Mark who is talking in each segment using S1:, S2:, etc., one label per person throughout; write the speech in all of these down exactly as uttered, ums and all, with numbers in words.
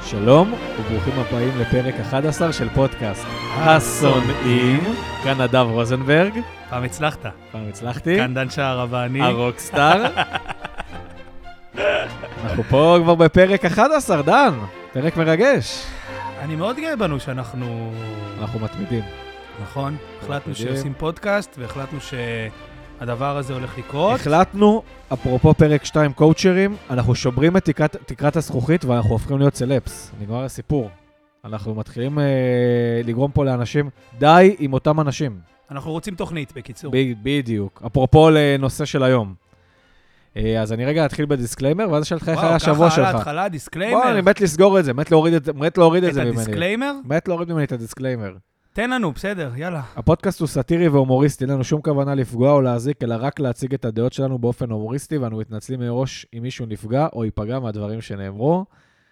S1: שלום וברוכים הבאים לפרק אחד עשר של פודקאסט השונאים. כאן נדב רוזנברג.
S2: פעם הצלחת.
S1: פעם הצלחתי.
S2: כאן דן שער ואני.
S1: הרוקסטאר. אנחנו פה כבר בפרק אחד עשר, דן. פרק מרגש.
S2: אני מאוד גאה בנו שאנחנו...
S1: אנחנו מתמידים.
S2: נכון. החלטנו שעושים פודקאסט והחלטנו שהדבר הזה הולך לקרות.
S1: החלטנו, אפרופו פרק שתיים קואוצ'רים, אנחנו שוברים את תקרת, תקרת הזכוכית ואנחנו הופכים להיות סלפס. נגמר הסיפור. אנחנו מתחילים אה, לגרום פה לאנשים, די עם אותם אנשים.
S2: אנחנו רוצים תוכנית, בקיצור.
S1: ב- בדיוק. אפרופו לנושא של היום. אה, אז אני רגע אתחיל בדיסקליימר, ואז אשאל לך איך היה השבוע שלך.
S2: וואו, ככה על ההתחלה, דיסקליימר.
S1: בוא, אני מת לסגור את זה, מת להוריד את, מת להוריד את, את זה ממני.
S2: את הדיסקליימר?
S1: מת להוריד ממני את הדיסקליימר.
S2: תן לנו, בסדר, יאללה.
S1: הפודקאסט הוא סאטירי והומוריסטי, אין לנו שום כוונה לפגוע או להזיק, אלא רק להציג את הדעות שלנו באופן הומוריסטי, ואנו מתנצלים מראש אם מישהו נפגע או ייפגע מהדברים שנאמרו.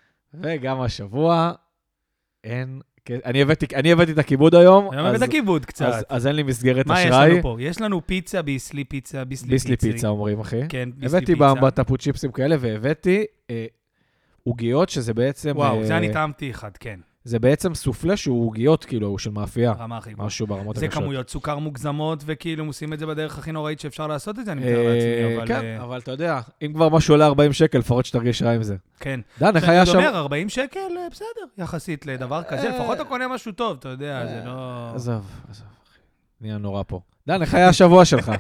S1: וגם השבוע, אין... אני הבאתי, אני הבאתי את הכיבוד היום.
S2: היום הבאת הכיבוד קצת.
S1: אז, אז אין לי מסגרת
S2: מה
S1: אשראי.
S2: יש לנו פה? יש לנו פיצה, ביסלי פיצה, ביסלי פיצה.
S1: ביסלי פיצה אומרים, אחי.
S2: כן, ביסלי פיצה.
S1: הבאתי בטפות צ'יפסים כאלה, והבאתי אה, עוגיות שזה בעצם...
S2: וואו,
S1: אה,
S2: זה אני טעמתי אחד, כן.
S1: זה בעצם סופלה שהוא עוגיות, כאילו, הוא של מאפייה.
S2: רמה הכי גבוהה.
S1: משהו ברמות
S2: זה
S1: הקשות.
S2: כמויות סוכר מוגזמות, וכאילו הם עושים את זה בדרך הכי נוראית שאפשר לעשות את זה, אני מתאר לעצמי, אבל...
S1: כן, אבל אתה יודע, אם כבר משהו עולה ארבעים שקל, לפחות שתרגיש רע עם זה.
S2: כן.
S1: דן, איך היה שם...
S2: אני אומר, ארבעים שקל, בסדר, יחסית לדבר כזה, לפחות אתה קונה משהו טוב, אתה יודע, זה לא...
S1: עזוב, עזוב, אחי. נהיה נורא פה. דן, איך היה השבוע שלך?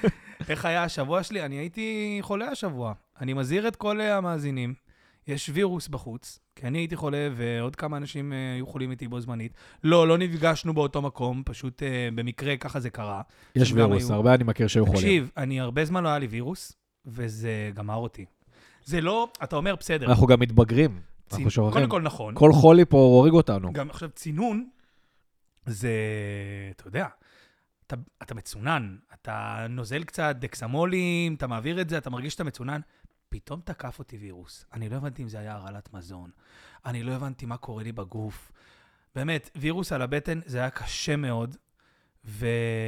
S2: איך היה השבוע שלי? אני הייתי חולה השבוע. אני מזהיר את כל המאזינים. יש וירוס בחוץ, כי אני הייתי חולה ועוד כמה אנשים היו חולים איתי בו זמנית. לא, לא נפגשנו באותו מקום, פשוט uh, במקרה ככה זה קרה.
S1: יש וירוס, היו... הרבה אני מכיר שהיו חולים.
S2: תקשיב, אני הרבה זמן לא היה לי וירוס, וזה גמר אותי. זה לא, אתה אומר בסדר.
S1: אנחנו גם מתבגרים,
S2: צינ...
S1: אנחנו שוכחים.
S2: קודם כל נכון.
S1: כל חולי פה הוריג אותנו.
S2: גם עכשיו צינון, זה, אתה יודע, אתה, אתה מצונן, אתה נוזל קצת דקסמולים, אתה מעביר את זה, אתה מרגיש שאתה מצונן, פתאום תקף אותי וירוס. אני לא הבנתי אם זה היה הרעלת מזון. אני לא הבנתי מה קורה לי בגוף. באמת, וירוס על הבטן זה היה קשה מאוד. ו...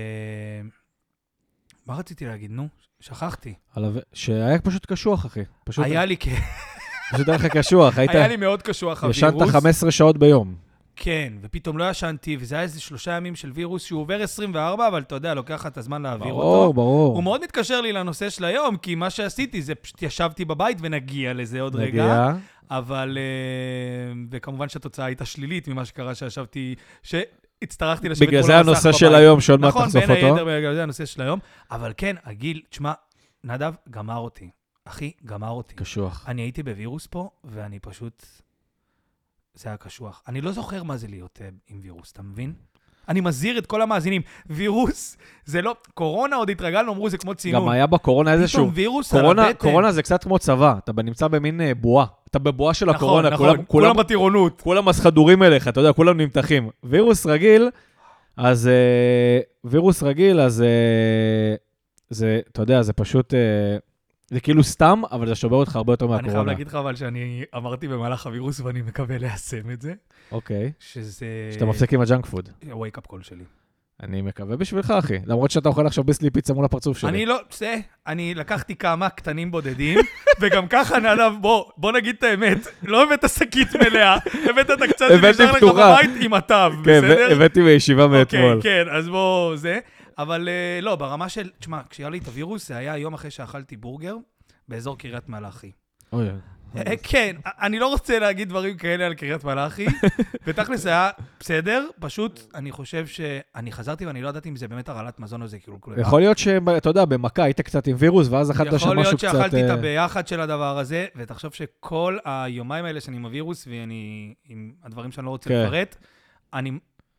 S2: מה רציתי להגיד? נו, שכחתי.
S1: שהיה פשוט קשוח, אחי. פשוט...
S2: היה לי כ...
S1: פשוט היה לך קשוח. היית...
S2: היה לי מאוד קשוח הווירוס.
S1: ישנת חמש עשרה שעות ביום.
S2: כן, ופתאום לא ישנתי, וזה היה איזה שלושה ימים של וירוס שהוא עובר עשרים וארבע, אבל אתה יודע, לוקח את הזמן להעביר
S1: ברור,
S2: אותו.
S1: ברור, ברור.
S2: הוא מאוד מתקשר לי לנושא של היום, כי מה שעשיתי זה פשוט ישבתי בבית ונגיע לזה עוד
S1: נגיע.
S2: רגע. אבל, וכמובן שהתוצאה הייתה שלילית ממה שקרה שישבתי, שהצטרכתי לשבת
S1: בגלל זה הנושא של היום, שעוד מעט תחשוף אותו.
S2: נכון, בין היתר, בגלל זה הנושא של היום. אבל כן, הגיל, תשמע, נדב גמר אותי. אחי, גמר אותי.
S1: קשוח.
S2: אני הייתי בווירוס פה, ואני פשוט... זה היה קשוח. אני לא זוכר מה זה להיות uh, עם וירוס, אתה מבין? אני מזהיר את כל המאזינים. וירוס, זה לא... קורונה עוד התרגלנו, אמרו, זה כמו צינון.
S1: גם היה בקורונה איזשהו...
S2: פתאום וירוס
S1: קורונה,
S2: על הבטן.
S1: קורונה זה קצת כמו צבא. אתה נמצא במין uh, בועה. אתה בבועה של
S2: נכון,
S1: הקורונה.
S2: נכון,
S1: כולם,
S2: כולם,
S1: כולם,
S2: כולם בטירונות.
S1: כולם אז חדורים אליך, אתה יודע, כולם נמתחים. וירוס רגיל, אז... Uh, וירוס רגיל, אז... Uh, זה, אתה יודע, זה פשוט... Uh, זה כאילו סתם, אבל זה שובר אותך הרבה יותר מהקורונה.
S2: אני חייב להגיד לך אבל שאני אמרתי במהלך הווירוס ואני מקווה ליישם את זה.
S1: אוקיי.
S2: שזה...
S1: שאתה מפסיק עם הג'אנק פוד.
S2: ה-wake-up call שלי.
S1: אני מקווה בשבילך, אחי. למרות שאתה אוכל עכשיו ביסלי פיצה מול הפרצוף שלי.
S2: אני לא, זה, אני לקחתי כמה קטנים בודדים, וגם ככה נעלב, בוא, בוא נגיד את האמת, לא הבאת שקית מלאה, הבאת את הקצת שנשאר לך בבית עם הטב, בסדר?
S1: כן, הבאתי בישיבה מאתמול.
S2: כן, כן, אז בוא, זה. אבל לא, ברמה של, תשמע, כשהיה לי את הווירוס, זה היה יום אחרי שאכלתי בורגר, באזור קריית מלאכי.
S1: אוי.
S2: כן, אני לא רוצה להגיד דברים כאלה על קריית מלאכי, ותכלס היה בסדר, פשוט אני חושב שאני חזרתי ואני לא ידעתי אם זה באמת הרעלת מזון או זה כאילו כלום.
S1: יכול להיות שאתה יודע, במכה היית קצת עם וירוס, ואז אכלת שם משהו קצת...
S2: יכול להיות שאכלתי את הביחד של הדבר הזה, ותחשוב שכל היומיים האלה שאני עם הווירוס, ואני עם הדברים שאני לא רוצה לפרט, אני...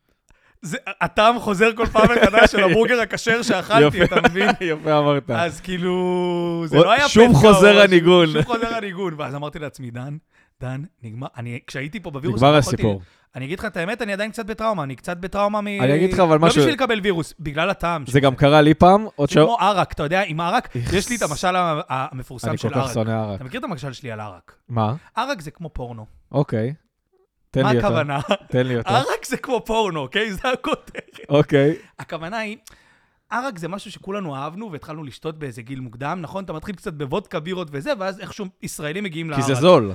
S2: הטעם חוזר כל פעם מחדש של הבורגר הכשר שאכלתי, אתה מבין?
S1: יפה אמרת.
S2: אז כאילו, זה לא היה
S1: שוב חוזר הניגון.
S2: שוב חוזר הניגון. ואז אמרתי לעצמי, דן, דן, נגמר. אני, כשהייתי פה בווירוס...
S1: נגמר הסיפור.
S2: אני אגיד לך את האמת, אני עדיין קצת בטראומה. אני קצת בטראומה מ...
S1: אני אגיד לך אבל משהו...
S2: לא בשביל לקבל וירוס, בגלל הטעם.
S1: זה גם קרה לי פעם.
S2: זה כמו ערק, אתה יודע, עם ערק, יש לי את המשל המפורסם של
S1: ערק. אני כל כך שונא ערק.
S2: אתה מכיר את המשל שלי על ערק?
S1: מה?
S2: ערק זה כמו פורנו.
S1: אוקיי.
S2: מה הכוונה?
S1: תן לי אותה.
S2: ערק זה כמו פורנו, אוקיי? זה הכותרת.
S1: אוקיי.
S2: הכוונה היא, ערק זה משהו שכולנו אהבנו והתחלנו לשתות באיזה גיל מוקדם, נכון? אתה מתחיל קצת בוודקה, בירות וזה, ואז איכשהו ישראלים מגיעים לערק.
S1: כי זה זול.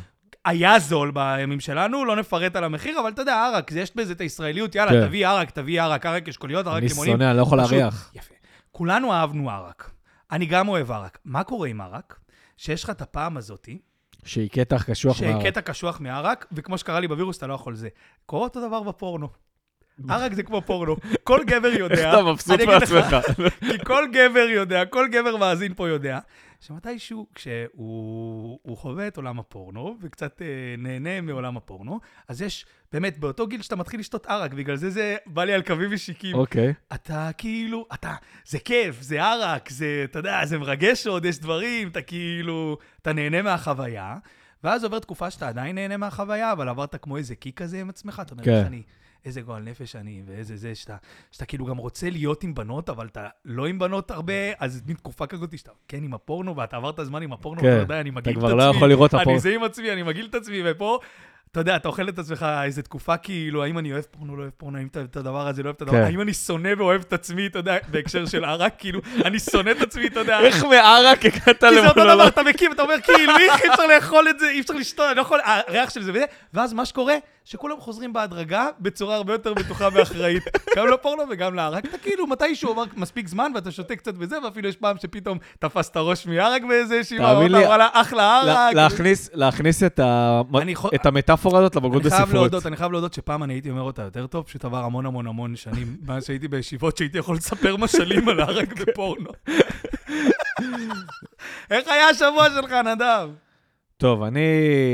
S2: היה זול בימים שלנו, לא נפרט על המחיר, אבל אתה יודע, ערק, יש בזה את הישראליות, יאללה, תביא ערק, תביא ערק, ערק אשכוליות, ערק לימונים.
S1: אני שונא, אני לא יכול להריח.
S2: יפה. כולנו אהבנו ערק. אני גם אוהב ערק. מה קורה עם ערק? שיש לך את הפעם הזאתי,
S1: שהיא קטע קשוח מערק.
S2: שהיא קטע קשוח מערק, וכמו שקרה לי בווירוס, אתה לא יכול זה. קורה אותו דבר בפורנו. ערק זה כמו פורנו. כל גבר יודע.
S1: איך אתה מבסוט מעצמך?
S2: כי כל גבר יודע, כל גבר מאזין פה יודע, שמתישהו, כשהוא חווה את עולם הפורנו, וקצת נהנה מעולם הפורנו, אז יש, באמת, באותו גיל שאתה מתחיל לשתות ערק, בגלל זה זה בא לי על קווים ושיקים.
S1: אוקיי.
S2: אתה כאילו, אתה, זה כיף, זה ערק, זה, אתה יודע, זה מרגש עוד, יש דברים, אתה כאילו, אתה נהנה מהחוויה, ואז עובר תקופה שאתה עדיין נהנה מהחוויה, אבל עברת כמו איזה קיק כזה עם עצמך, אתה אומר, איך אני... איזה גועל נפש אני, ואיזה זה, שאתה, שאתה כאילו גם רוצה להיות עם בנות, אבל אתה לא עם בנות הרבה, אז מין תקופה כזאת, שאתה כן עם הפורנו, ואתה עברת זמן עם הפורנו, ואתה יודע, אני מגיל את עצמי.
S1: אתה כבר לא יכול לראות הפורנו.
S2: אני זה עם עצמי, אני מגיל את עצמי, ופה, אתה יודע, אתה אוכל את עצמך איזו תקופה, כאילו, האם אני אוהב פורנו, לא אוהב פורנו, האם אתה אוהב את הדבר הזה, לא אוהב את הדבר, האם אני שונא ואוהב את עצמי, אתה יודע, בהקשר של ערק, כאילו, אני שונא את עצמי, אתה יודע.
S1: איך מערק הגעת
S2: למונולוג? כי זה אותו דבר, אתה מקים, אתה אומר, כאילו, אי אפשר לאכול את זה, אי אפשר לשתות, אני לא יכול, הריח של זה וזה, ואז מה שקורה, שכולם חוזרים בהדרגה בצורה הרבה יותר בטוחה ואחראית, גם לפורנו וגם לערק. אתה כאילו, מתישהו עבר מספיק זמן, ואתה שותה קצת בזה, ואפילו יש פעם שפתאום תפס את הראש מערק באיזה שימה, ואתה אחלה ערק.
S1: להכניס את המטאפורה הזאת לבגרות בספרות.
S2: אני חייב להודות שפעם אני הייתי אומר אותה יותר טוב, פשוט עבר המון המון המון שנים, מאז שהייתי בישיבות שהייתי יכול לספר משלים על ערק בפורנו. איך היה השבוע שלך, נדב?
S1: טוב, אני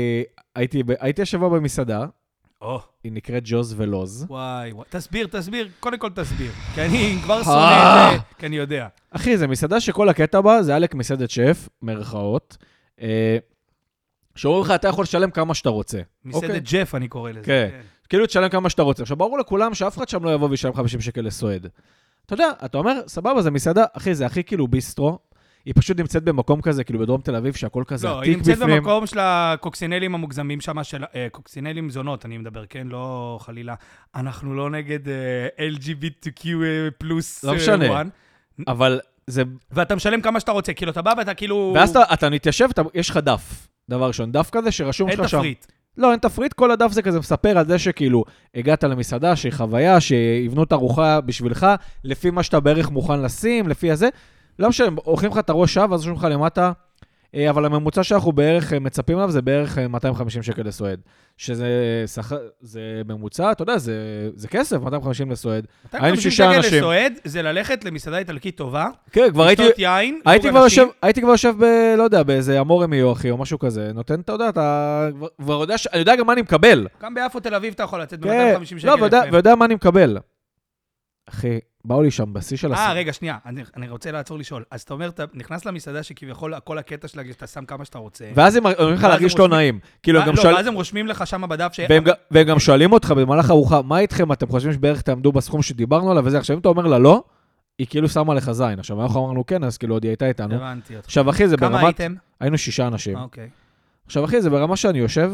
S1: הייתי השבוע במסעדה,
S2: או.
S1: היא נקראת ג'וז ולוז.
S2: וואי, וואי. תסביר, תסביר, קודם כל תסביר. כי אני כבר שונא את זה, כי אני יודע.
S1: אחי, זה מסעדה שכל הקטע בה, זה עלק מסעדת שף, מרכאות, שאומרים לך, אתה יכול לשלם כמה שאתה רוצה.
S2: מסעדת ג'ף, אני קורא לזה.
S1: כן, כאילו תשלם כמה שאתה רוצה. עכשיו, ברור לכולם שאף אחד שם לא יבוא וישלם חמישים שקל לסועד. אתה יודע, אתה אומר, סבבה, זה מסעדה, אחי, זה הכי כאילו ביסטרו, היא פשוט נמצאת במקום כזה, כאילו בדרום תל אביב, שהכל כזה עתיק בפנים.
S2: לא, היא נמצאת במקום של הקוקסינלים המוגזמים שם, של קוקסינלים זונות, אני מדבר, כן? לא חלילה. אנחנו לא נגד אל ג'י בי טי קיו פלוס
S1: לא משנה, אבל זה...
S2: ואתה משלם כמה שאתה רוצה, כאילו אתה בא ואתה כאילו...
S1: ואז אתה מתיישב, יש לך דף, דבר ראשון, דף כזה שרשום לך שם.
S2: אין תפריט.
S1: לא, אין תפריט, כל הדף זה כזה מספר על זה שכאילו הגעת למסעדה, שהיא חוויה, שיבנו את ארוחה בשבילך, לפי מה שאתה בערך מוכן לשים, לפי הזה. לא משנה, אוכלים לך את הראש שעה, ואז שומעים לך למטה, אבל הממוצע שאנחנו בערך מצפים עליו, זה בערך מאתיים וחמישים שקל לסועד. שזה שח... זה ממוצע, אתה יודע, זה, זה כסף, מאתיים וחמישים לסועד.
S2: מאתיים וחמישים שקל לסועד, זה ללכת למסעדה איטלקית טובה,
S1: כן, כבר הייתי...
S2: יין,
S1: הייתי כבר יושב, הייתי כבר יושב ב... לא יודע, באיזה אמורמי או אחי, או משהו כזה. נותן, אתה יודע, אתה... כבר יודע ש... אני יודע גם מה אני מקבל.
S2: גם ביפו תל אביב אתה יכול לצאת ב-מאתיים וחמישים שקל.
S1: לא, ויודע, ויודע מה אני מקבל. אחי, באו לי שם בשיא של הסרט.
S2: אה, רגע, שנייה, אני, אני רוצה לעצור לשאול. אז אתה אומר, אתה נכנס למסעדה שכביכול כל הקטע שלה, שאתה שם כמה שאתה רוצה.
S1: ואז הם אומרים לך להרגיש לא נעים. כאילו,
S2: לא,
S1: שואל...
S2: ואז הם רושמים לך שם בדף ש...
S1: והם, והם גם שואלים אותך במהלך הארוחה, מה איתכם? אתם חושבים שבערך תעמדו בסכום שדיברנו עליו וזה? עכשיו, אם אתה אומר לה לא, היא כאילו שמה לך זין. עכשיו, אנחנו אמרנו כן, אז כאילו עוד היא הייתה איתנו.
S2: הבנתי אותך.
S1: עכשיו, אחי, זה ברמת...
S2: כמה הייתם?
S1: היינו שישה אנשים.
S2: אוקיי.
S1: עכשיו, אחי, זה ברמה שאני יושב,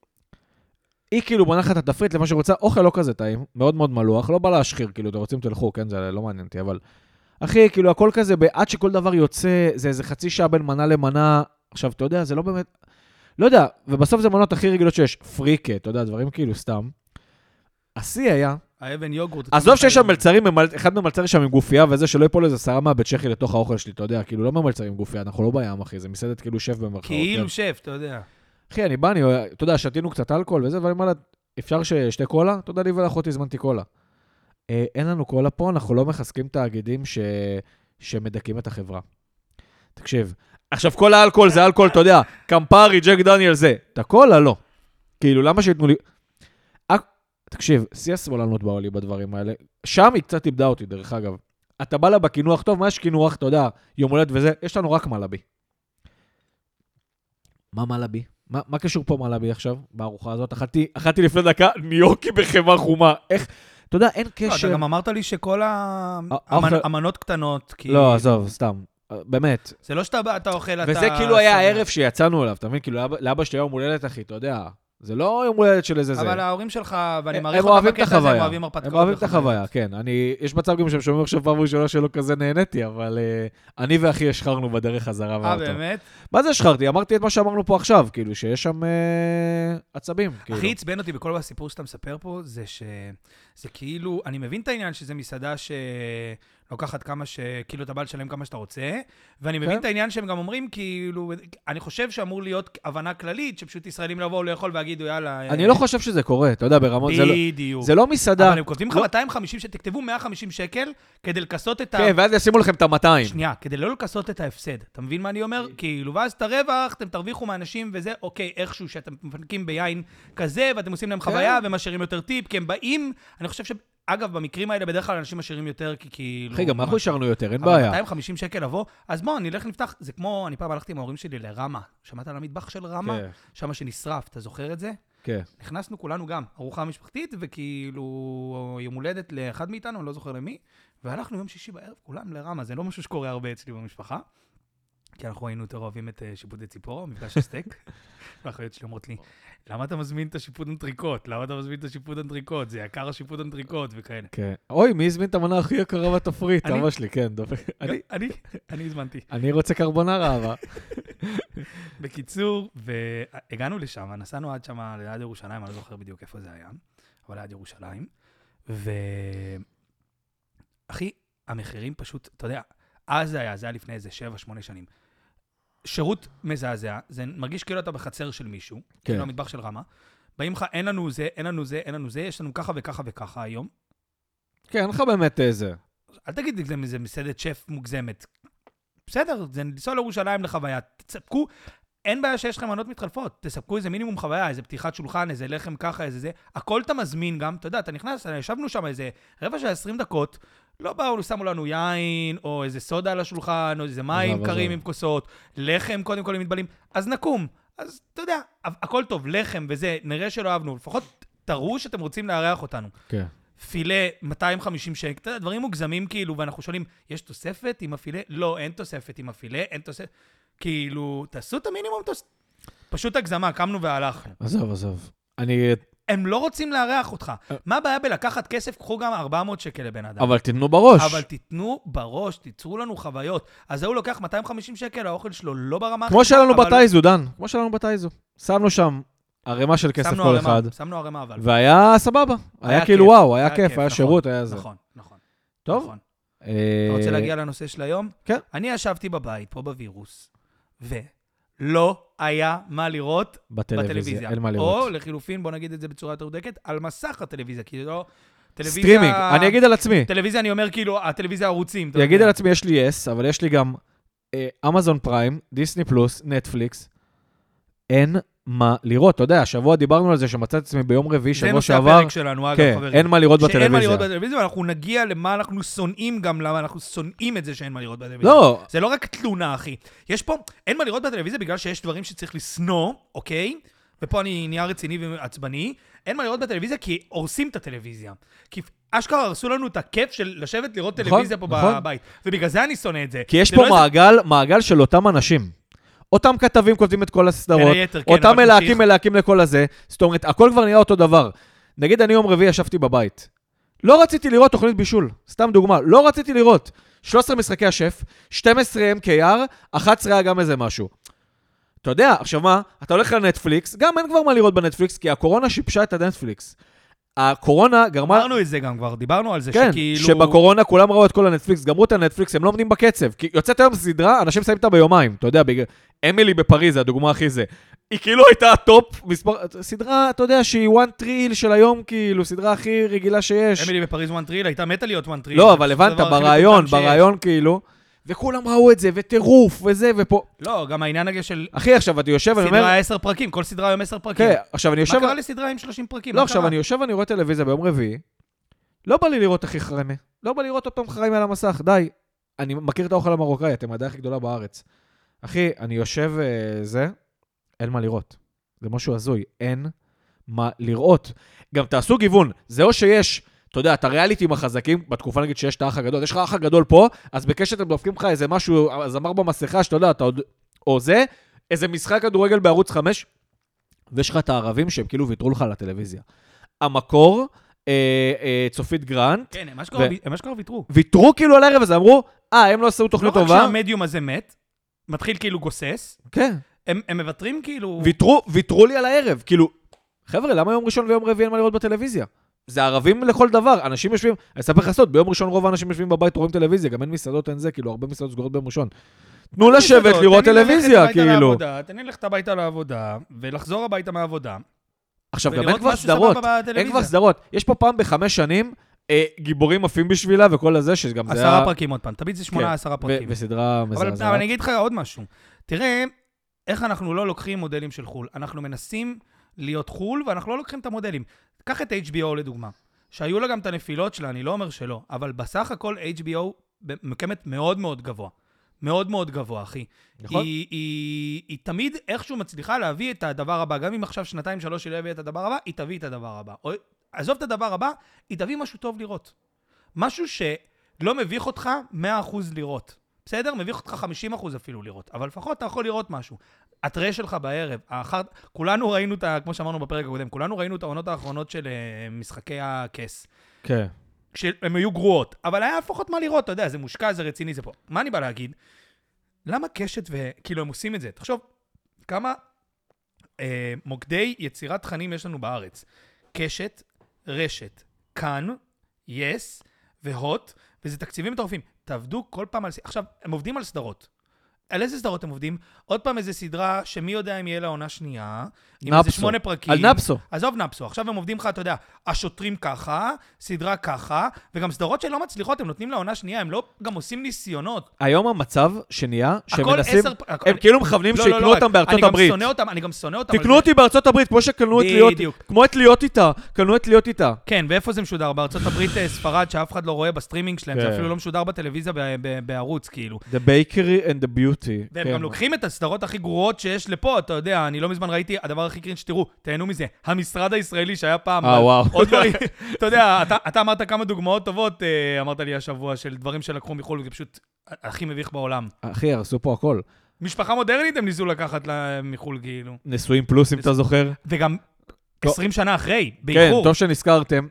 S1: היא כאילו בונה לך את התפריט למה שרוצה, אוכל לא כזה טעים, מאוד מאוד מלוח, לא בא להשחיר, כאילו, אתם רוצים תלכו, כן, זה לא מעניין אותי, אבל... אחי, כאילו, הכל כזה, עד שכל דבר יוצא, זה איזה חצי שעה בין מנה למנה, עכשיו, אתה יודע, זה לא באמת... לא יודע, ובסוף זה מנות הכי רגילות שיש, פריקה, אתה יודע, דברים כאילו סתם. השיא היה...
S2: האבן יוגורט...
S1: עזוב שיש שם מלצרים, אחד ממלצרים שם עם גופייה, וזה שלא יפול איזה שרה מהבית צ'כי לתוך האוכל שלי, אתה יודע, כאילו, לא ממלצרים עם גופייה, אנחנו לא בים, אחי, זה מסעדת כאילו שף במרכאות.
S2: כאילו שף, אתה יודע.
S1: אחי, אני בא, אני, אתה יודע, שתינו קצת אלכוהול וזה, ואני אומר לה, אפשר ששתי קולה? אתה יודע, לי ולאחותי זמנתי קולה. אה, אין לנו קולה פה, אנחנו לא מחזקים תאגידים ש... שמדקים את החברה. תקשיב, עכשיו כל האלכוהול זה אלכוהול, אתה יודע, קמפרי, ג'ק דניאל זה. את הקולה לא. כאילו, למה שיתנו לי... אה, תקשיב, שיא הסבולנות באו לי בדברים האלה. שם היא קצת איבדה אותי, דרך אגב. אתה בא לה בכינוח, טוב, מה יש כינוח, אתה יודע, יום הולדת וזה, יש לנו רק מלאבי. מה מלאבי? מה, מה קשור פה מלאבי עכשיו, בארוחה הזאת? אכלתי, אכלתי לפני דקה ניוקי בחמה חומה. איך, אתה יודע, אין קשר...
S2: לא, אתה גם אמרת לי שכל המנות קטנות, כי...
S1: לא, עזוב, סתם. באמת.
S2: זה לא שאתה אתה אוכל, אתה...
S1: וזה כאילו היה הערב שיצאנו אליו, אתה מבין? כאילו, לאבא שלי היום מולדת, אחי, אתה יודע, זה לא יום הולדת של איזה זה.
S2: אבל ההורים שלך, ואני
S1: הם
S2: מעריך
S1: אוהבים
S2: אותך
S1: את
S2: בקטע הזה, הם
S1: החוויה.
S2: אוהבים הרפתקאות.
S1: הם אוהבים את החוויה, כן. אני, יש מצב גם שהם שומעים עכשיו פעם ראשונה שלא כזה נהניתי, אבל uh, אני ואחי השחרנו בדרך חזרה מהאוטו.
S2: אה, באמת?
S1: מה זה השחרתי? אמרתי את מה שאמרנו פה עכשיו, כאילו, שיש שם uh, עצבים. כאילו.
S2: הכי עצבן אותי בכל הסיפור שאתה מספר פה, זה ש... זה כאילו, אני מבין את העניין שזה מסעדה שלוקחת כמה ש... כאילו, אתה בא לשלם כמה שאתה רוצה, ואני מבין את העניין שהם גם אומרים, כאילו, אני חושב שאמור להיות הבנה כללית, שפשוט ישראלים לבואו לאכול והגידו, יאללה...
S1: אני לא חושב שזה קורה, אתה יודע, ברמות...
S2: בדיוק.
S1: זה לא מסעדה...
S2: אבל הם כותבים לך מאתיים וחמישים, שתכתבו מאה וחמישים שקל, כדי לכסות את ה...
S1: כן, ואז ישימו לכם את ה-מאתיים.
S2: שנייה, כדי לא לכסות את ההפסד. אתה מבין מה אני אומר? כאילו, ואז את הרווח, אתם תרוויחו מאנשים וזה, אוקיי, איכשהו שאתם מפנקים ביין כזה, ואתם עושים להם חוויה ומשאירים יותר טיפ, כי הם באים, אני חושב ש... אגב, במקרים האלה בדרך כלל אנשים משאירים יותר, כי כאילו...
S1: אחי, גם אנחנו השארנו יותר, אין
S2: אבל
S1: בעיה.
S2: מאתיים וחמישים שקל לבוא, אז בוא, נלך נפתח, זה כמו, אני פעם הלכתי עם ההורים שלי לרמה. שמעת על המטבח של רמה?
S1: כן.
S2: שמה שנשרף, אתה זוכר את זה?
S1: כן.
S2: נכנסנו כולנו גם, ארוחה משפחתית, וכאילו יום הולדת לאחד מאיתנו, אני לא זוכר למי, והלכנו יום שישי בערב, כולם לרמה, זה לא משהו שקורה הרבה אצלי במשפחה, כי אנחנו היינו יותר אוהבים את שיפודי ציפור, מפגש הסטייק, והאחיות שלי אומרות לי, למה אתה מזמין את השיפוד אנטריקוט? למה אתה מזמין את השיפוד אנטריקוט? זה יקר השיפוד אנטריקוט וכאלה.
S1: כן. אוי, מי הזמין את המנה הכי יקרה בתפריט?
S2: אני?
S1: אבא שלי, כן. אני?
S2: אני, אני הזמנתי.
S1: אני רוצה קרבונרה, אבל...
S2: בקיצור, והגענו לשם, נסענו עד שם ליד ירושלים, אני לא זוכר בדיוק איפה זה היה, אבל ליד ירושלים, ו... אחי, המחירים פשוט, אתה יודע, אז זה היה, זה היה לפני איזה שבע, שמונה שנים. שירות מזעזע, זה מרגיש כאילו אתה בחצר של מישהו, כן. כאילו המטבח של רמה, באים לך, אין לנו זה, אין לנו זה, אין לנו זה, יש לנו ככה וככה וככה היום.
S1: כן, אין לך באמת איזה.
S2: אל תגיד לי, זה מסעדת שף מוגזמת. בסדר, זה לנסוע לירושלים לחוויה, תספקו, אין בעיה שיש לכם מנות מתחלפות, תספקו איזה מינימום חוויה, איזה פתיחת שולחן, איזה לחם ככה, איזה זה, הכל אתה מזמין גם, אתה יודע, אתה נכנס, ישבנו שם איזה רבע של עשרים דקות, לא באו, שמו לנו יין, או איזה סודה על השולחן, או איזה מים קרים עם כוסות, לחם קודם כל עם מתבלים, אז נקום, אז אתה יודע, הכל טוב, לחם וזה, נראה שלא אהבנו, לפחות תראו שאתם רוצים לארח אותנו.
S1: כן.
S2: פילה מאתיים וחמישים שקל, דברים מוגזמים כאילו, ואנחנו שואלים, יש תוספת עם הפילה? לא, אין תוספת עם הפילה, אין תוספת. כאילו, תעשו את המינימום, תוס... פשוט הגזמה, קמנו והלכנו.
S1: עזוב, עזוב. אני...
S2: הם לא רוצים לארח אותך. מה הבעיה בלקחת כסף? קחו גם ארבע מאות שקל לבן אדם.
S1: אבל תתנו בראש.
S2: אבל תתנו בראש, תיצרו לנו חוויות. אז הוא לוקח מאתיים וחמישים שקל, האוכל שלו לא ברמה...
S1: כמו שלנו בתאיזו, דן. כמו שלנו בתאיזו. שמנו שם ערימה של כסף כל אחד.
S2: שמנו ערימה, אבל...
S1: והיה סבבה. היה כאילו וואו, היה כיף, היה שירות, היה זה.
S2: נכון, נכון.
S1: טוב.
S2: אתה רוצה להגיע לנושא של היום?
S1: כן.
S2: אני ישבתי בבית, פה בווירוס, ולא היה מה לראות בטלוויזיה.
S1: אין מה לראות.
S2: או לחילופין, בוא נגיד את זה בצורה יותר דקת, על מסך הטלוויזיה, כי לא...
S1: סטרימינג, אני אגיד על עצמי.
S2: טלוויזיה, אני אומר כאילו, הטלוויזיה ערוצים.
S1: אני אגיד על עצמי, יש לי יס, אבל יש לי גם אמזון פריים, דיסני פלוס, נטפליקס. אין מה לראות. אתה יודע, השבוע דיברנו על זה שמצאתי עצמי ביום רביעי, שבוע שעבר.
S2: זה נושא הפרק שלנו, אגב,
S1: כן,
S2: חברים.
S1: אין מה לראות בטלוויזיה.
S2: שאין מה לראות בטלוויזיה, ואנחנו נגיע למה אנחנו שונאים גם, למה אנחנו שונאים את זה שאין מה לראות בטלוויזיה.
S1: לא.
S2: זה לא רק תלונה, אחי. יש פה, אין מה לראות בטלוויזיה בגלל שיש דברים שצריך לסנוע, אוקיי? ופה אני נהיה רציני ועצבני. אין מה לראות בטלוויזיה כי הורסים את הטלוויזיה. כי אשכרה הרסו לנו את הכיף של לשבת לראות טלוויזיה פה בבית. ובגלל זה אני שונא את זה.
S1: כי יש פה מעגל, מעגל של אותם אנשים. אותם כתבים כותבים את כל הסדרות, אותם מלהקים מלהקים לכל הזה, זאת אומרת, הכל כבר נהיה אותו דבר. נגיד, אני יום רביעי ישבתי בבית. לא רציתי לראות תוכנית בישול, סתם דוגמה, לא רציתי לראות. שלוש עשרה משחקי השף, שתים עשרה אם קיי אר, אחת עשרה היה גם איזה משהו. אתה יודע, עכשיו מה? אתה הולך לנטפליקס, גם אין כבר מה לראות בנטפליקס, כי הקורונה שיפשה את הנטפליקס. הקורונה גרמה...
S2: אמרנו את זה גם כבר, דיברנו על זה
S1: כן,
S2: שכאילו...
S1: שבקורונה כולם ראו את כל הנטפליקס, גמרו את הנטפליקס, הם לא עומדים בקצב. כי יוצאת היום סדרה, אנשים שמים אותה ביומיים, אתה יודע, בגלל... אמילי בפריז, הדוגמה הכי זה. היא כאילו הייתה הטופ מספר... סדרה, אתה יודע, שהיא וואן טריל של היום, כאילו, סדרה הכי רגילה שיש.
S2: אמילי בפריז וואן טריל, הייתה מתה להיות וואן טריל.
S1: לא, אבל הבנת, ברעיון, ברעיון כאילו, וכולם ראו את זה, וטירוף, וזה, ופה...
S2: לא, גם העניין הזה של...
S1: אחי, עכשיו, אני יושב, אני אומר...
S2: סדרה עשר פרקים, כל סדרה היום עשר פרקים.
S1: כן, עכשיו, אני יושב...
S2: מה קרה לסדרה עם שלושים פרקים?
S1: לא, עכשיו, אני יושב ואני רואה טלוויזיה ביום רביעי, לא בא לי לראות הכי חרמי, לא בא לראות אותם חרמי על המסך, די. אני מכיר את האוכל המרוקאי, אתם הדעה הכי גדולה בארץ. אחי, אני יושב זה, אין מה לראות. זה משהו הזוי, אין מה לראות. גם תעשו גיוון, זה או שיש, אתה יודע, את הריאליטים החזקים, בתקופה נגיד שיש את האח הגדול, יש לך האח הגדול פה, אז בקשת הם דופקים לך איזה משהו, זמר במסכה, שאתה יודע, אתה עוד, או זה, איזה משחק כדורגל בערוץ חמש, ויש לך את הערבים שהם כאילו ויתרו לך על הטלוויזיה. המקור, אה, אה, צופית גרנט,
S2: כן, הם אשכרה ו... הם אשכרה ויתרו.
S1: ויתרו כאילו על הערב הזה, אמרו, אה, הם לא עשו תוכנית טובה.
S2: לא רק שהמדיום הזה מת, מתחיל כאילו גוסס,
S1: כן.
S2: הם, הם מוותרים כאילו...
S1: ויתרו, ויתרו לי על הערב, כאילו, חבר'ה, למה יום ראשון ויום רביעי אין מה לראות בטלוויזיה? זה ערבים לכל דבר, אנשים יושבים, אני אספר לך סוד, ביום ראשון רוב האנשים יושבים בבית, רואים טלוויזיה, גם אין מסעדות, אין זה, כאילו, הרבה מסעדות סגורות ביום ראשון. תנו לשבת, לראות טלוויזיה, כאילו.
S2: תן לי ללכת הביתה לעבודה, ולחזור הביתה מהעבודה.
S1: עכשיו, גם אין כבר סדרות, אין כבר סדרות. יש פה פעם בחמש שנים, גיבורים עפים בשבילה, וכל הזה, שגם זה...
S2: עשרה פרקים עוד פעם, תמיד זה שמונה, עשרה פרקים.
S1: וסדרה מזעזעת.
S2: אבל אני אגיד לך עוד משהו. תראה, איך אנחנו לא לוקחים מודלים של חול. אנחנו מנסים להיות חול, ואנחנו לא לוקחים את המודלים. קח את אייץ' בי או לדוגמה, שהיו לה גם את הנפילות שלה, אני לא אומר שלא, אבל בסך הכל אייץ' בי או מקמת מאוד מאוד גבוה. מאוד מאוד גבוה, אחי. נכון? היא, היא, היא תמיד איכשהו מצליחה להביא את הדבר הבא. גם אם עכשיו שנתיים, שלוש, היא לא הביאה את הדבר הבא, היא תביא את הדבר הבא. או, עזוב את הדבר הבא, היא תביא משהו טוב לראות. משהו שלא מביך אותך מאה אחוז לראות. בסדר? מביך אותך חמישים אחוז אפילו לראות. אבל לפחות אתה יכול לראות משהו. התראה שלך בערב, האחר... כולנו ראינו את ה... כמו שאמרנו בפרק הקודם, כולנו ראינו את העונות האחרונות של uh, משחקי הכס.
S1: כן.
S2: כשהם היו גרועות. אבל היה לפחות מה לראות, אתה יודע, זה מושקע, זה רציני, זה פה. מה אני בא להגיד? למה קשת וכאילו הם עושים את זה? תחשוב, כמה אה, מוקדי יצירת תכנים יש לנו בארץ. קשת, רשת, כאן, יס והוט, וזה תקציבים מטורפים. תעבדו כל פעם על... עכשיו, הם עובדים על סדרות. על איזה סדרות הם עובדים? עוד פעם איזו סדרה שמי יודע אם יהיה לה עונה שנייה. עם איזה שמונה פרקים.
S1: על נפסו.
S2: עזוב נפסו. עכשיו הם עובדים לך, אתה יודע, השוטרים ככה, סדרה ככה, וגם סדרות שלא מצליחות, הם נותנים לה עונה שנייה, הם לא גם עושים ניסיונות.
S1: היום המצב שנהיה, שהם מנסים, הם כאילו מכוונים שיקנו אותם בארצות הברית.
S2: אני גם שונא אותם.
S1: תקנו אותי בארצות הברית, כמו שקנו את להיות איתה, קנו את להיות איתה.
S2: כן, ואיפה זה משודר? בארצות הברית ספרד, שאף אחד לא רואה בסטרימינג שלהם, זה אפילו לא משודר בטלוויזיה בערוץ, כאילו.
S1: The bakery and the beauty.
S2: והם גם לוקחים את הסדרות הכי גרועות שיש לפה, אתה יודע, אני לא מזמן ראיתי, הדבר הכי קרין שתראו, תהנו מזה, המשרד הישראלי שהיה פעם,
S1: אה, וואו.
S2: עוד דברים, אתה יודע, אתה, אתה אמרת כמה דוגמאות טובות, אמרת לי השבוע, של דברים שלקחו מחול, וזה פשוט הכי מביך בעולם.
S1: אחי, הרסו פה הכל.
S2: משפחה מודרנית הם ניסו לקחת מחול, כאילו.
S1: נשואים פלוס, אם אתה זוכר.
S2: וגם עשרים שנה אחרי, באיחור.
S1: כן, טוב שנזכרתם.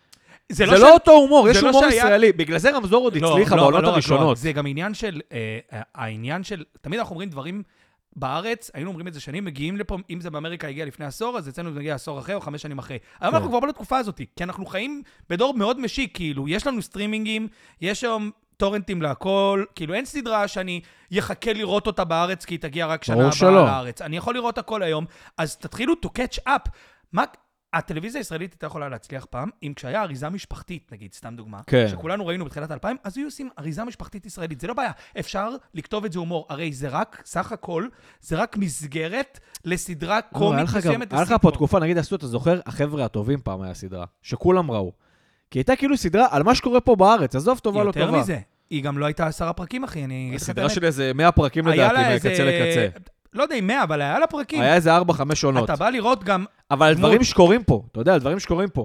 S2: זה
S1: לא, לא אותו הומור, יש הומור ישראלי. בגלל זה רמזור עוד הצליחה בעונות הראשונות.
S2: זה גם עניין של, העניין של, תמיד אנחנו אומרים דברים בארץ, היינו אומרים את זה שנים, מגיעים לפה, אם זה באמריקה הגיע לפני עשור, אז אצלנו זה מגיע עשור אחרי או חמש שנים אחרי. היום אנחנו כבר בתקופה הזאת, כי אנחנו חיים בדור מאוד משיק, כאילו, יש לנו סטרימינגים, יש היום טורנטים להכל, כאילו אין סדרה שאני יחכה לראות אותה בארץ, כי היא תגיע רק שנה הבאה לארץ. אני יכול לראות הכל היום, אז תתחילו to catch up. מה... הטלוויזיה הישראלית הייתה יכולה להצליח פעם, אם כשהיה אריזה משפחתית, נגיד, סתם דוגמה, כן. שכולנו ראינו בתחילת אלפיים, אז היו עושים אריזה משפחתית ישראלית. זה לא בעיה. אפשר לכתוב את זה הומור. הרי זה רק, סך הכל, זה רק מסגרת לסדרה קומית מסוימת.
S1: היה לך פה תקופה, נגיד, עשו, אתה זוכר, החבר'ה הטובים פעם היה סדרה, שכולם ראו. כי הייתה כאילו סדרה על מה שקורה פה בארץ, עזוב טובה לא טובה.
S2: יותר מזה. היא גם לא הייתה עשרה פרקים, אחי.
S1: הסדרה של איזה מאה פרקים לדעתי, מקצה לקצה.
S2: לא יודע, מאה, אבל היה לה פרקים.
S1: היה איזה ארבע, חמש עונות.
S2: אתה בא לראות גם...
S1: אבל דברים שקורים פה, אתה יודע, דברים שקורים פה.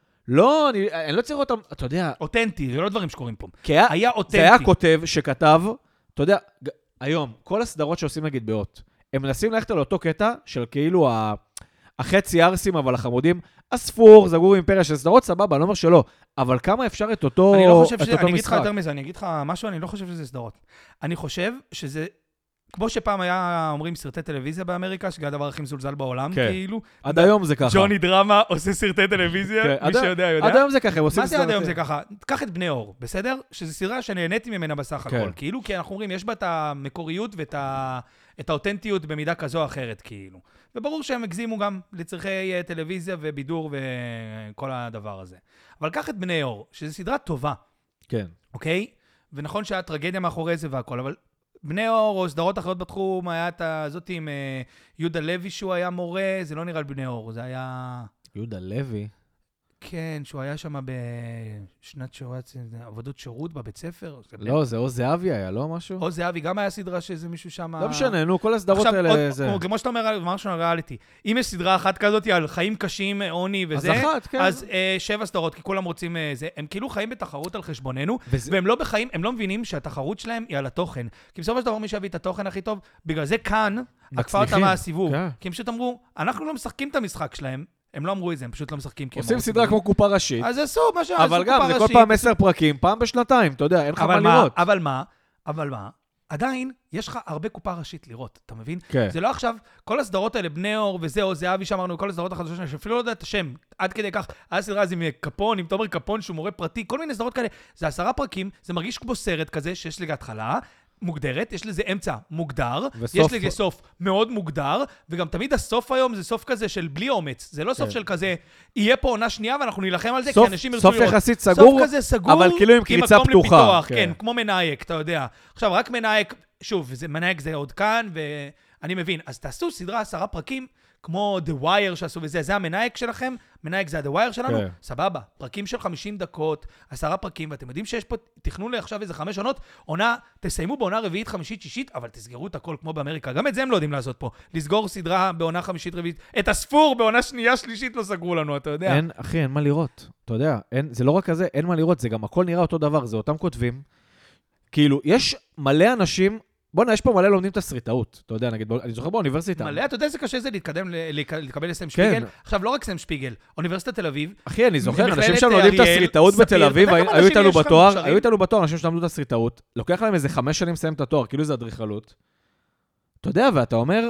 S1: לא, אני, אני לא צריך אותם, אתה יודע...
S2: אותנטי, זה לא דברים שקורים פה.
S1: היה, היה אותנטי. זה היה כותב שכתב, אתה יודע, היום, כל הסדרות שעושים נגיד באות, הם מנסים ללכת על אותו קטע של כאילו ה... החצי ארסים, אבל החמודים, אספור, זגור אימפריה של סדרות, סבבה, אני לא אומר שלא, אבל כמה אפשר את אותו,
S2: אני לא חושב שזה,
S1: אותו
S2: אני
S1: משחק.
S2: אגיד לך יותר מזה, אני אגיד לך משהו, אני לא חושב שזה סדרות. אני חושב שזה... כמו שפעם היה, אומרים, סרטי טלוויזיה באמריקה, שזה הדבר הכי מזולזל בעולם,
S1: כן.
S2: כאילו.
S1: עד היום זה ככה.
S2: ג'וני דרמה עושה סרטי טלוויזיה, כן. מי שיודע, יודע.
S1: עד היום זה ככה, הם עושים
S2: סרטי. מה זה עד היום זה ככה? קח את בני אור, בסדר? שזו סדרה שנהניתי ממנה בסך
S1: כן.
S2: הכל. כאילו, כי אנחנו אומרים, יש בה את המקוריות ואת ה... את האותנטיות במידה כזו או אחרת, כאילו. וברור שהם הגזימו גם לצרכי טלוויזיה ובידור וכל הדבר הזה. אבל קח את בני אור, שזו סדרה טובה.
S1: כן.
S2: אוקיי? ונכון שהיה טרגדיה מאחורי זה והכל, אבל בני אור או סדרות אחרות בתחום, היה את הזאת עם יהודה לוי שהוא היה מורה, זה לא נראה על בני אור, זה היה...
S1: יהודה לוי?
S2: כן, שהוא היה שם בשנת שירות, עבודות שירות בבית ספר.
S1: לא, זה או זהבי היה, לא משהו?
S2: או זהבי, גם היה סדרה שזה מישהו שם...
S1: לא משנה, נו, כל הסדרות האלה זה...
S2: כמו שאתה אומר, משהו ריאליטי. אם יש סדרה אחת כזאת על חיים קשים, עוני וזה,
S1: אז אחת, כן.
S2: אז שבע סדרות, כי כולם רוצים זה. הם כאילו חיים בתחרות על חשבוננו, והם לא בחיים, הם לא מבינים שהתחרות שלהם היא על התוכן. כי בסופו של דבר מי שהביא את התוכן הכי טוב, בגלל זה כאן, עקפה אותה מהסיבוב. כי הם פשוט אמרו, אנחנו לא משחקים את המשחק שלהם. הם לא אמרו את זה, הם פשוט לא משחקים.
S1: עושים סדרה כמו קופה ראשית.
S2: אז עשו, מה שעשו
S1: אבל גם, זה כל פעם עשר פרקים, פעם בשנתיים, אתה יודע, אין לך מה לראות.
S2: אבל מה? אבל מה? עדיין, יש לך הרבה קופה ראשית לראות, אתה מבין?
S1: כן.
S2: זה לא עכשיו, כל הסדרות האלה, בני אור וזה, או זהבי שאמרנו, כל הסדרות החדשות, שאפילו לא יודע את השם, עד כדי כך, היה סדרה אז עם קפון, עם תומר קפון, שהוא מורה פרטי, כל מיני סדרות כאלה, זה עשרה פרקים, זה מרגיש כמו סרט כזה, שיש לי התחלה, מוגדרת, יש לזה אמצע מוגדר, וסוף... יש לזה סוף מאוד מוגדר, וגם תמיד הסוף היום זה סוף כזה של בלי אומץ, זה לא סוף כן. של כזה, יהיה פה עונה שנייה ואנחנו נילחם על זה,
S1: סוף,
S2: כי אנשים ירצו
S1: לראות. סוף יחסית סגור,
S2: סוף כזה סגור,
S1: אבל כאילו עם קריצה פתוחה.
S2: לפיתוח, כן. כן, כמו מנהיק, אתה יודע. עכשיו, רק מנהיק, שוב, זה, מנהיק זה עוד כאן, ואני מבין, אז תעשו סדרה עשרה פרקים, כמו The Wire שעשו וזה, זה המנהיק שלכם, מנהיק זה ה-The Wire שלנו, כן. סבבה, פרקים של חמישים דקות, עשרה פרקים, ואתם יודעים שיש פה, תכנון לעכשיו איזה חמש עונות, עונה, תסיימו בעונה רביעית, חמישית, שישית, אבל תסגרו את הכל כמו באמריקה, גם את זה הם לא יודעים לעשות פה, לסגור סדרה בעונה חמישית, רביעית, את הספור בעונה שנייה, שלישית לא סגרו לנו, אתה יודע.
S1: אין, אחי, אין מה לראות, אתה יודע, אין, זה לא רק כזה, אין מה לראות, זה גם הכל נראה אותו דבר, זה אותם כותבים, כאילו, יש מלא אנשים, בוא'נה, יש פה מלא לומדים תסריטאות, אתה יודע, נגיד, אני זוכר באוניברסיטה.
S2: מלא, אתה יודע איזה קשה זה להתקדם, לקבל לסם שפיגל? עכשיו, לא רק סם שפיגל, אוניברסיטת תל אביב.
S1: אחי, אני זוכר, אנשים שם לומדים תסריטאות בתל אביב, היו איתנו בתואר, היו איתנו בתואר, אנשים שלמדו תסריטאות, לוקח להם איזה חמש שנים לסיים את התואר, כאילו זה אדריכלות. אתה יודע, ואתה אומר,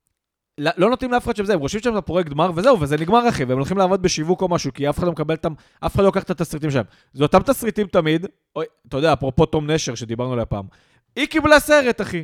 S1: לא נותנים לאף אחד שבזה, הם חושבים שהם פרויקט גמר, וזהו, וזה נגמר, אחי, והם הולכים לעבוד בשיווק או משהו, כי אף אחד לא מקבל אותם, אף אחד לא לוקח את התסריטים שלהם. זה אותם תסריטים תמיד, אתה יודע, אפרופו תום נשר שדיברנו עליה פעם. היא קיבלה סרט, אחי.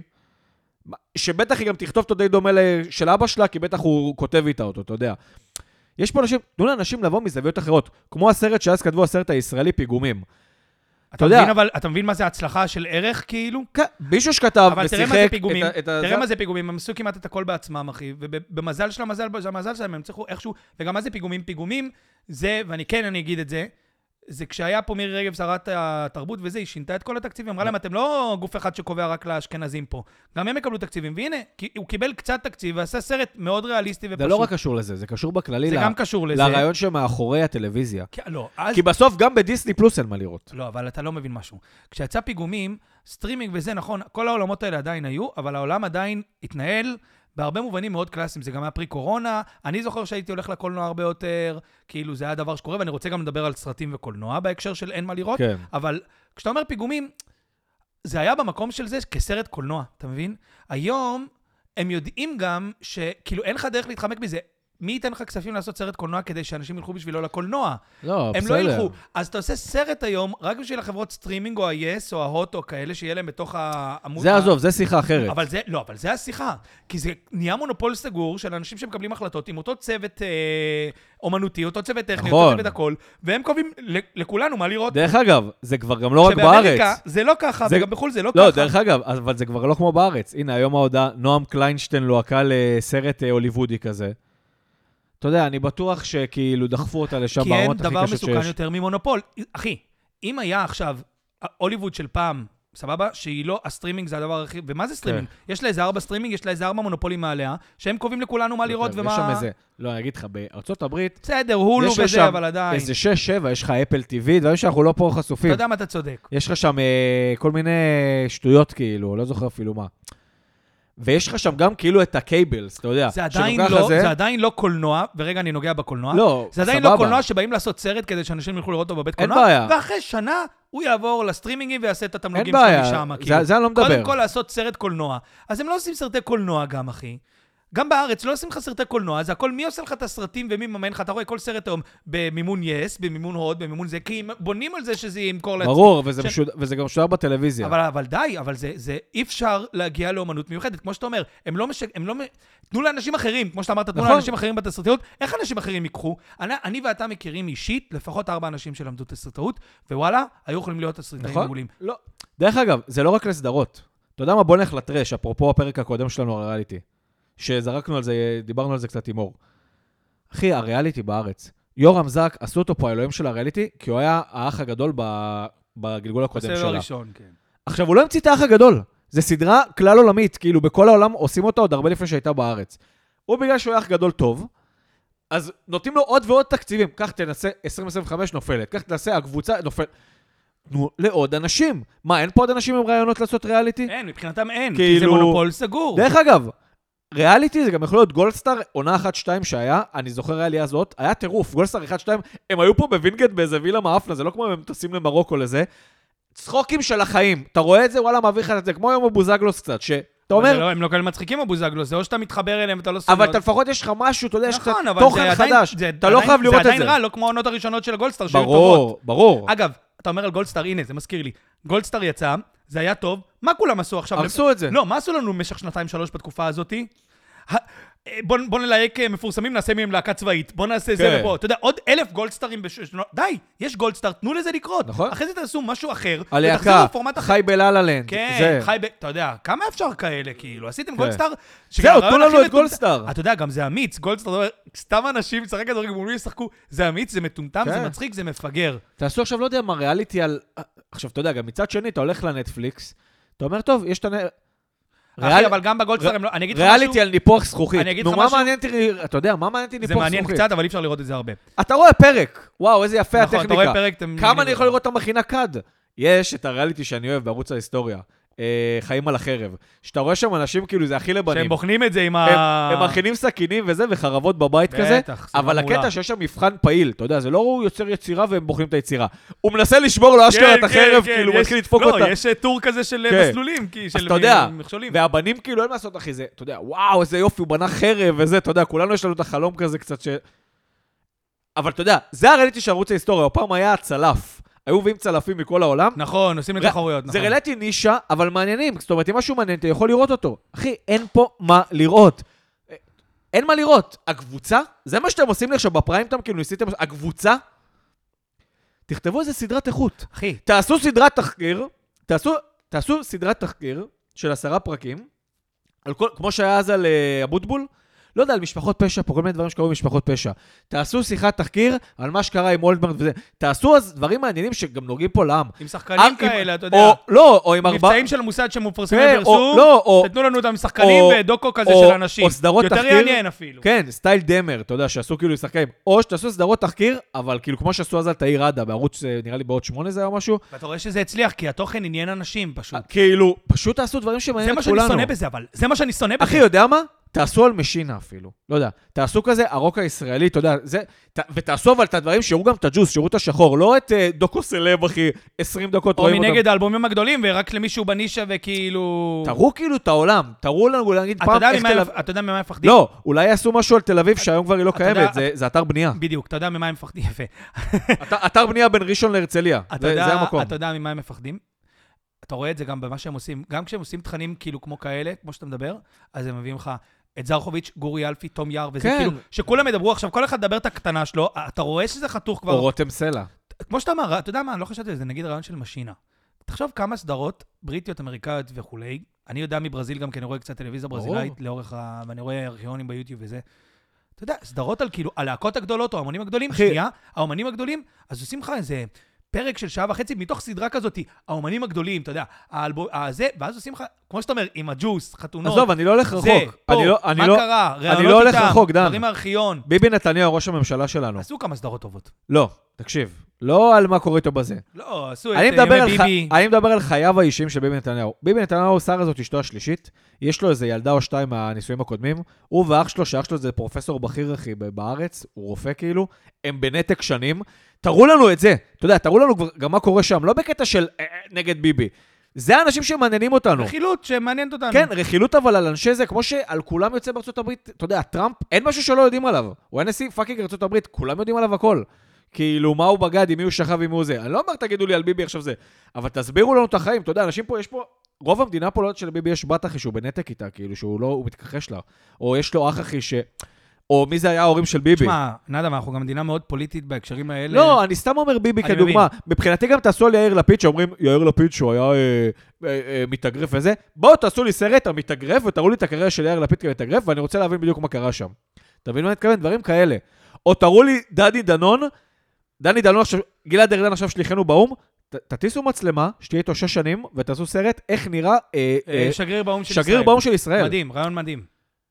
S1: שבטח היא גם תכתוב אותו די דומה של אבא שלה, כי בטח הוא כותב איתה אותו, אתה יודע. יש פה אנשים, תנו לאנשים לבוא מזוויות אחרות, כמו הסרט שאז כתבו הסרט הישראלי פיגומים.
S2: אתה מבין, אבל אתה מבין מה זה הצלחה של ערך, כאילו?
S1: כן, מישהו שכתב ושיחק
S2: את ה... תראה מה זה פיגומים, הם עשו כמעט את הכל בעצמם, אחי, ובמזל של המזל, במזל שלהם, הם צריכו איכשהו, וגם מה זה פיגומים? פיגומים, זה, ואני כן, אני אגיד את זה, זה כשהיה פה מירי רגב שרת התרבות וזה, היא שינתה את כל התקציבים, אמרה להם, אתם לא גוף אחד שקובע רק לאשכנזים פה, גם הם יקבלו תקציבים, והנה, הוא קיבל קצת תקציב, ועשה סרט מאוד ריאליסטי ופשוט.
S1: זה לא רק קשור לזה, זה קשור בכללי,
S2: זה גם קשור לזה.
S1: לרעיון שמאחורי הטלוויזיה.
S2: לא,
S1: כי בסוף גם בדיסני פלוס אין מה לראות.
S2: לא, אבל אתה לא מבין משהו. כשיצא פיגומים, סטרימינג וזה, נכון, כל העולמות האלה עדיין היו, אבל העולם עדיין התנהל בהרבה מובנים מאוד קלאסיים, זה גם היה פרי קורונה, אני זוכר שהייתי הולך לקולנוע הרבה יותר, כאילו זה היה דבר שקורה, ואני רוצה גם לדבר על סרטים וקולנוע בהקשר של אין מה לראות,
S1: כן.
S2: אבל כשאתה אומר פיגומים, זה היה במקום של זה כסרט קולנוע, אתה מבין? היום הם יודעים גם שכאילו אין לך דרך להתחמק מזה, מי ייתן לך כספים לעשות סרט קולנוע כדי שאנשים ילכו בשבילו לקולנוע?
S1: לא,
S2: הם
S1: בסדר.
S2: לא ילכו. אז אתה עושה סרט היום, רק בשביל החברות סטרימינג או ה-yes או ה-hot או כאלה, שיהיה להם בתוך העמוד...
S1: זה עזוב, זה שיחה אחרת.
S2: אבל זה, לא, אבל זה השיחה. כי זה נהיה מונופול סגור של אנשים שמקבלים החלטות עם אותו צוות אה, אומנותי, אותו צוות טכני,
S1: נכון.
S2: אותו צוות הכל, והם קובעים לכולנו מה לראות.
S1: דרך אגב, זה כבר גם לא רק בארץ.
S2: זה לא ככה, זה... וגם בחול זה לא,
S1: לא
S2: ככה.
S1: לא, דרך אגב, אבל זה כבר לא כמו בארץ. הנה, היום ההודעה, נועם קליינשטיין לוהקה לסרט הוליוודי כזה. אתה יודע, אני בטוח שכאילו דחפו אותה לשם ברמות הכי קשות שיש.
S2: כי אין דבר מסוכן יותר ממונופול. אחי, אם היה עכשיו הוליווד של פעם, סבבה, שהיא לא, הסטרימינג זה הדבר הכי... ומה זה סטרימינג? יש לה איזה ארבע סטרימינג, יש לה איזה ארבע מונופולים מעליה, שהם קובעים לכולנו מה לראות ומה...
S1: יש שם איזה... לא, אני אגיד לך, בארצות הברית...
S2: בסדר, הולו וזה, אבל עדיין.
S1: איזה שש שבע, יש לך אפל טיווי, דברים שאנחנו לא פה חשופים.
S2: אתה יודע מה אתה צודק.
S1: יש לך שם כל מיני שטויות כאילו, לא זוכר אפילו מה. ויש לך שם גם כאילו את הקייבלס, אתה יודע.
S2: זה עדיין, לא, זה... זה עדיין לא קולנוע, ורגע אני נוגע בקולנוע.
S1: לא,
S2: זה עדיין
S1: סבבה.
S2: לא קולנוע שבאים לעשות סרט כדי שאנשים יוכלו לראות אותו בבית
S1: אין
S2: קולנוע.
S1: בעיה.
S2: ואחרי שנה הוא יעבור לסטרימינגים ויעשה את התמלוגים
S1: שלו
S2: משם.
S1: אין בעיה,
S2: כאילו.
S1: זה, זה אני לא מדבר.
S2: קודם כל לעשות סרט קולנוע. אז הם לא עושים סרטי קולנוע גם, אחי. גם בארץ לא עושים לך סרטי קולנוע, זה הכל מי עושה לך את הסרטים ומי מממן לך, אתה רואה כל סרט היום במימון יס, במימון הוד, במימון זה, כי בונים על זה שזה ימכור לעצמם.
S1: ברור, וזה, ש... משוד... וזה גם משודר בטלוויזיה.
S2: אבל, אבל די, אבל זה, זה אי אפשר להגיע לאומנות מיוחדת, כמו שאתה אומר, הם לא מש... הם לא... תנו לאנשים אחרים, כמו שאתה אמרת, תנו
S1: נכון.
S2: לאנשים אחרים בתסריטאות, איך אנשים אחרים ייקחו? אני, אני ואתה מכירים אישית, לפחות ארבע אנשים שלמדו תסריטאות, ווואלה, היו יכולים להיות תסריטאים
S1: נכון?
S2: מעולים.
S1: לא. דרך אגב, זה לא רק לסדרות. אתה יודע מה? בוא נלך לטרש, אפרופו הפרק הקודם שלנו, הריאליטי. שזרקנו על זה, דיברנו על זה קצת עם אור. אחי, הריאליטי בארץ, יורם זק, עשו אותו פה האלוהים של הריאליטי, כי הוא היה האח הגדול בגלגול הקודם שלה.
S2: בסדר הראשון, כן.
S1: עכשיו, הוא לא המציא את האח הגדול. זה סדרה כלל עולמית, כאילו בכל העולם עושים אותה עוד הרבה לפני שהייתה בארץ. הוא בגלל שהוא היה אח גדול טוב, אז נותנים לו עוד ועוד תקציבים. כך תנסה, עשרים עשרים וחמש נופלת. כך תנסה, הקבוצה נופלת. תנו לעוד אנשים. מה, אין פה עוד אנשים עם רעיונות לעשות ריאליטי?
S2: אין, מבחינתם אין,
S1: כאילו...
S2: כי זה מונופול סגור.
S1: דרך אגב, ריאליטי זה גם יכול להיות גולדסטאר, עונה אחת שתיים שהיה, אני זוכר היה לי אז זאת, היה טירוף, גולדסטאר אחת שתיים, הם היו פה בווינגייט באיזה וילה מאפנה, זה לא כמו הם טסים למרוקו לזה. צחוקים של החיים, אתה רואה את זה, וואלה, מעביר לך את זה, כמו היום הבוזגלוס קצת, שאתה אומר...
S2: לא, הם לא כאלה מצחיקים הבוזגלוס, זה או שאתה מתחבר אליהם ואתה לא סוג...
S1: אבל אתה לפחות יש לך משהו, אתה יודע, יש
S2: נכון,
S1: קצת תוכן חדש, אתה לא חייב לראות את זה.
S2: זה עדיין רע, לא כמו העונות הראשונות של הגולדסטאר,
S1: ברור, ברור.
S2: אגב, אתה אומר על גולדסטאר, הנה, זה מזכיר לי. גולדסטאר יצא, זה היה טוב, מה כולם עשו עכשיו?
S1: הרסו את זה.
S2: לא, מה עשו לנו במשך שנתיים שלוש בתקופה הזאת? בוא, בוא נלהק מפורסמים, נעשה מהם להקה צבאית. בוא נעשה זה ופה. אתה יודע, עוד אלף גולדסטארים בש... די, יש גולדסטאר, תנו לזה לקרות.
S1: נכון.
S2: אחרי זה תעשו משהו אחר.
S1: הלהקה, חי בלה-לה-לנד.
S2: כן, חי ב... אתה יודע, כמה אפשר כאלה, כאילו? עשיתם גולדסטאר?
S1: זהו, תנו לנו את גולדסטאר.
S2: אתה יודע, גם זה אמיץ. גולדסטאר, סתם אנשים, שחק כדורגל, מול מי ישחקו, זה אמיץ, זה מטומטם, זה מצחיק, זה מפגר.
S1: תעשו עכשיו, לא יודע, מה ריאליטי על... עכשיו, אתה יודע, גם מצד שני, אתה הולך לנטפליקס, אתה אומר, טוב, יש את
S2: אחי, אבל גם בגולדסטאר, אני אגיד לך משהו...
S1: ריאליטי על ניפוח זכוכית. נו, מה מעניין אותי, אתה יודע, מה מעניין אותי ניפוח זכוכית?
S2: זה מעניין קצת, אבל אי אפשר לראות את זה הרבה.
S1: אתה רואה פרק, וואו, איזה יפה הטכניקה.
S2: פרק,
S1: כמה אני יכול לראות את המכינה קד? יש את הריאליטי שאני אוהב בערוץ ההיסטוריה, חיים על החרב. שאתה רואה שם אנשים כאילו זה הכי לבנים.
S2: שהם בוחנים את זה עם ה...
S1: הם מכינים סכינים וזה, וחרבות בבית כזה. אבל הקטע שיש שם מבחן פעיל, אתה יודע, זה לא הוא יוצר יצירה והם בוחנים את היצירה. הוא מנסה לשבור לו אשכרה את החרב, כאילו הוא מתחיל לדפוק אותה.
S2: לא, יש טור כזה של מסלולים, של מכשולים.
S1: והבנים כאילו אין לעשות אחי זה, אתה יודע, וואו, איזה יופי, הוא בנה חרב וזה, אתה יודע, כולנו יש לנו את החלום כזה קצת ש... אבל אתה יודע, זה הריאליטי של ערוץ ההיסטוריה, הפעם היה הצלף. היו מביאים צלפים מכל העולם.
S2: נכון, עושים לתחרויות, נכון.
S1: זה ריאליטי נישה, אבל מעניינים. זאת אומרת, אם משהו מעניין, אתה יכול לראות אותו. אחי, אין פה מה לראות. אין מה לראות. הקבוצה, זה מה שאתם עושים לי עכשיו בפריים טיים, כאילו ניסיתם, הקבוצה, תכתבו איזה סדרת איכות.
S2: אחי.
S1: תעשו סדרת תחקיר, תעשו, תעשו סדרת תחקיר של עשרה פרקים, על כל, כמו שהיה אז על uh, אבוטבול, לא יודע, על משפחות פשע, פה כל מיני דברים שקרו במשפחות פשע. תעשו שיחת תחקיר על מה שקרה עם אולדברט וזה. תעשו אז דברים מעניינים שגם נוגעים פה לעם.
S2: עם שחקנים כאלה, אתה יודע.
S1: או, לא, או עם ארבע...
S2: מבצעים של מוסד שמופרסמים בפרסום,
S1: לא,
S2: תתנו לנו אותם שחקנים ודוקו כזה של אנשים.
S1: או סדרות תחקיר.
S2: יותר יעניין אפילו.
S1: כן, סטייל דמר, אתה יודע, שעשו כאילו שחקנים. או שתעשו סדרות תחקיר, אבל כאילו כמו שעשו אז על תאיר עדה, בערוץ, נראה לי בעוד שמונה זה היה משהו.
S2: ואתה רואה שזה הצליח, כי התוכן עניין אנשים פשוט.
S1: כאילו, פשוט תעשו דברים שמעניין את כולנו.
S2: זה מה שאני שונא בזה, אבל זה מה שאני שונא בזה.
S1: אחי, יודע מה? תעשו על משינה אפילו, לא יודע, תעשו כזה הרוק הישראלי, אתה יודע, זה, ת, ותעשו אבל את הדברים שיראו גם את הג'וס, שיראו את השחור, לא את uh, דוקו סלב, אחי, עשרים דקות רואים אותם.
S2: או מנגד האלבומים הגדולים, ורק למישהו בנישה וכאילו...
S1: תראו כאילו את העולם, תראו לנו להגיד פעם איך תל אביב...
S2: אתה יודע ממה הם מפחדים?
S1: לא, אולי יעשו משהו על תל אביב שהיום כבר היא לא קיימת, זה, זה אתר בנייה.
S2: בדיוק, אתה יודע ממה הם מפחדים, יפה.
S1: אתר בנייה בין ראשון להרצליה, זה המקום.
S2: אתה יודע ממה הם מפחדים? אתה רואה את זה גם במה שהם עושים, גם כשהם עושים תכנים כאילו כמו כאלה, כמו שאתה מדבר, אז הם מביאים לך את זרחוביץ', גורי אלפי, תום יער, וזה כן. כאילו, שכולם ידברו עכשיו, כל אחד דבר את הקטנה שלו, אתה רואה שזה חתוך כבר...
S1: או רותם סלע.
S2: כמו שאתה אמר, אתה יודע מה, אני לא חשבתי על זה, נגיד רעיון של משינה. תחשוב כמה סדרות, בריטיות, אמריקאיות וכולי, אני יודע מברזיל גם כי אני רואה קצת טלוויזיה ברזילאית, לאורך ה... ואני רואה ארכיונים ביוטיוב וזה. אתה יודע, סדרות על כאילו, הלהקות הגדולות או האמנים הגדולים, שנייה, האמנים הגדולים, אז עושים לך איזה פרק של שעה וחצי מתוך סדרה כזאת, האמנים הגדולים, אתה יודע, האלבום, הזה, ואז עושים לך, כמו שאתה אומר, עם הג'וס, חתונות,
S1: עזוב, אני לא הולך רחוק. זה,
S2: פה,
S1: אני לא,
S2: מה
S1: אני לא,
S2: קרה,
S1: אני לא הולך רחוק, דן.
S2: דברים מהארכיון.
S1: ביבי נתניהו, ראש הממשלה שלנו.
S2: עשו כמה סדרות טובות.
S1: לא, תקשיב, לא על מה קורה איתו בזה.
S2: לא, עשו את
S1: ימי ביבי. אני מדבר על חייו האישיים של ביבי נתניהו. ביבי נתניהו, שר הזאת אשתו השלישית, יש לו איזה ילדה או שתיים מהניסויים הקודמים, הוא ואח שלו, שאח שלו זה פרופסור בכיר אחי בארץ, הוא רופא כאילו, הם בנתק שנים. תראו לנו את זה, אתה יודע, תראו לנו גם מה קורה שם, לא בקטע של נגד ביבי. זה האנשים שמעניינים אותנו.
S2: רכילות שמעניינת אותנו.
S1: כן, רכילות אבל על אנשי זה, כמו שעל כולם יוצא בארצות הברית, אתה יודע, טראמפ, אין משהו שלא יודעים עליו. הוא היה נשיא פאקינג ארצות הברית, כולם יודעים עליו הכל. כאילו, מה הוא בגד, עם מי הוא שכב, עם מי הוא זה. אני לא אומר, תגידו לי על ביבי עכשיו זה, אבל תסבירו לנו את החיים, אתה יודע, אנשים פה, יש פה, רוב המדינה פה לא יודעת שלביבי יש בת אחי שהוא בנתק איתה, כאילו שהוא לא, הוא מתכחש לה. או יש לו אח אחי ש... או מי זה היה ההורים של ביבי.
S2: תשמע, נאדם, אנחנו גם מדינה מאוד פוליטית בהקשרים האלה.
S1: לא, אני סתם אומר ביבי כדוגמה. מבחינתי גם תעשו על יאיר לפיד, שאומרים, יאיר לפיד שהוא היה מתאגרף וזה. בואו תעשו לי סרט המתאגרף, ותראו לי את הקריירה של יאיר לפיד כמתאגרף, ואני רוצה להבין בדיוק מה קרה שם. תבינו מה נתכוון? דברים כאלה. או תראו לי דני דנון, דני דנון עכשיו, גלעד ארדן עכשיו שליחנו באום, תטיסו מצלמה, שתהיה איתו שש שנים, ותעשו סרט איך נראה
S2: שגריר באום של ישראל.
S1: שגריר באום של ישראל.
S2: מדהים, רעיון מדהים.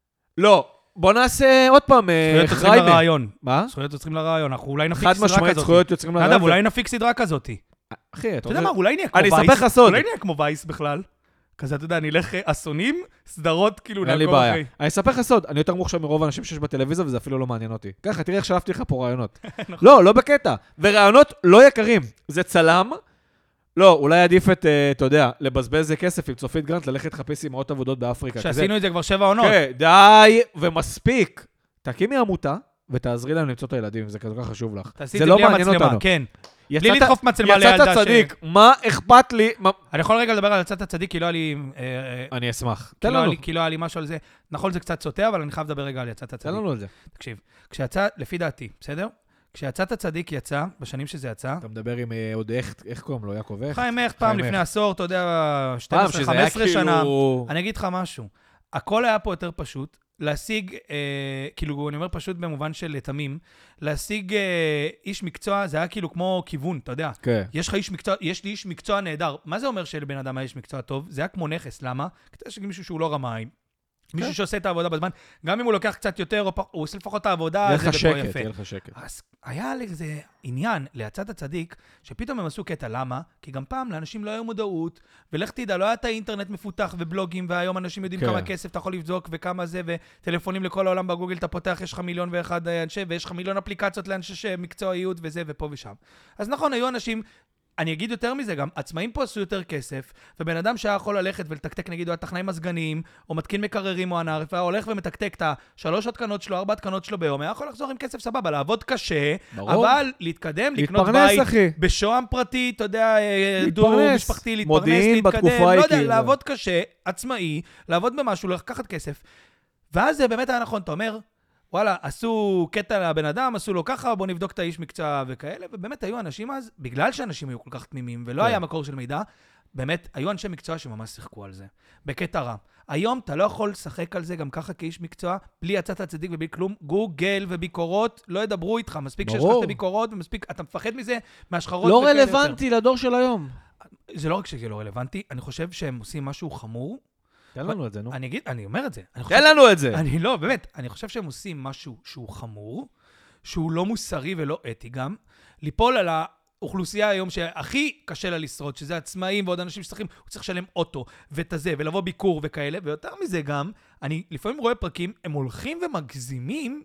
S1: לא, בוא נעשה עוד פעם
S2: זכויות יוצרים לרעיון.
S1: מה?
S2: זכויות יוצרים לרעיון, אנחנו אולי נפיק
S1: חד
S2: סדרה
S1: משמעית
S2: כזאת.
S1: זכויות יוצרים לרעיון.
S2: אדם, אולי נפיק סדרה כזאת.
S1: אחי,
S2: אתה יודע מה, אולי נהיה כמו
S1: אני
S2: וייס.
S1: אספר לך סוד.
S2: אולי נהיה כמו וייס בכלל. כזה, אתה יודע, נלך אסונים, סדרות, כאילו,
S1: אין לי בעיה. אני אספר לך סוד, אני יותר מוכשר מרוב האנשים שיש בטלוויזיה, וזה אפילו לא מעניין אותי. ככה, תראה איך שלפתי לך פה רעיונות. לא, לא בקטע. ורעיונות לא יקרים. זה צלם. לא, אולי עדיף את, אתה יודע, לבזבז כסף עם צופית גרנט, ללכת לחפש עם מאות עבודות באפריקה.
S2: שעשינו את זה כבר שבע עונות.
S1: כן, די, ומספיק. תקימי עמותה, ותעזרי להם למצוא את הילדים, זה כל כך חשוב לך.
S2: זה לא מעניין אותנו. כן. בלי לדחוף מצלמה לילדה ש...
S1: יצאת צדיק, מה אכפת לי?
S2: אני יכול רגע לדבר על יצאת הצדיק, כי לא היה לי...
S1: אני אשמח.
S2: תן לנו. כי לא היה לי משהו על זה. נכון, זה קצת סוטה, אבל אני חייב לדבר רגע על יצאת הצדיק.
S1: תן לנו על זה.
S2: תקשיב, כשיצא, לפי דעתי, בסדר? כשיצאת הצדיק יצא, בשנים שזה יצא...
S1: אתה מדבר עם עוד איך, איך קוראים לו, יעקב איך?
S2: חיים איך, פעם לפני עשור, אתה יודע, שתים עשרה חמש עשרה שנה. אני אגיד לך משהו. הכל היה פה יותר פשוט. להשיג, אה, כאילו, אני אומר פשוט במובן של תמים, להשיג אה, איש מקצוע, זה היה כאילו כמו כיוון, אתה יודע.
S1: כן.
S2: יש לך איש מקצוע, יש לי איש מקצוע נהדר. מה זה אומר שלבן אדם היה איש מקצוע טוב? זה היה כמו נכס, למה? כדי שיש מישהו שהוא לא רמאי, מישהו שעושה את העבודה בזמן, גם אם הוא לוקח קצת יותר, הוא עושה לפחות את העבודה,
S1: זה פה יפה. יהיה לך שקט.
S2: אז היה לזה עניין, ליצאת הצדיק, שפתאום הם עשו קטע, למה? כי גם פעם לאנשים לא היה מודעות, ולך תדע, לא היה את האינטרנט מפותח ובלוגים, והיום אנשים יודעים כמה כסף אתה יכול לבזוק, וכמה זה, וטלפונים לכל העולם בגוגל, אתה פותח, יש לך מיליון ואחד אנשי, ויש לך מיליון אפליקציות לאנשי מקצועיות, וזה ופה ושם. אז נכון, היו אנשים, אני אגיד יותר מזה גם, עצמאים פה עשו יותר כסף, ובן אדם שהיה יכול ללכת ולתקתק, נגיד, או הטכנאים מזגניים, או מתקין מקררים או הנערף, היה הולך ומתקתק את השלוש התקנות שלו, ארבע התקנות שלו ביום, היה יכול לחזור עם כסף סבבה, לעבוד קשה, ברור. אבל להתקדם, לקנות בית, אחי. בשוהם פרטי, אתה יודע, דו משפחתי, להתפרנס, להתקדם, לא יודע, לעבוד קשה, עצמאי, לעבוד במשהו, לקחת כסף. ואז זה באמת היה נכון, אתה אומר, וואלה, עשו קטע לבן אדם, עשו לו ככה, בוא נבדוק את האיש מקצוע וכאלה, ובאמת היו אנשים אז, בגלל שאנשים היו כל כך תמימים, ולא היה מקור של מידע, באמת היו אנשי מקצוע שממש שיחקו על זה. בקטע רע. היום אתה לא יכול לשחק על זה גם ככה כאיש מקצוע, בלי יצאת הצדיק ובלי כלום, גוגל וביקורות לא ידברו איתך, מספיק שיש לך את הביקורות, ומספיק, אתה מפחד מזה מהשחרות.
S1: לא רלוונטי לדור של היום.
S2: זה לא רק שזה לא רלוונטי, אני חושב שהם עושים משהו חמור,
S1: תן לנו את זה, נו.
S2: אני אגיד, אני אומר את זה.
S1: תן לנו את זה.
S2: אני לא, באמת, אני חושב שהם עושים משהו שהוא חמור, שהוא לא מוסרי ולא אתי גם, ליפול על האוכלוסייה היום שהכי קשה לה לשרוד, שזה עצמאים ועוד אנשים שצריכים, הוא צריך לשלם אוטו ואת הזה, ולבוא ביקור וכאלה, ויותר מזה גם, אני לפעמים רואה פרקים, הם הולכים ומגזימים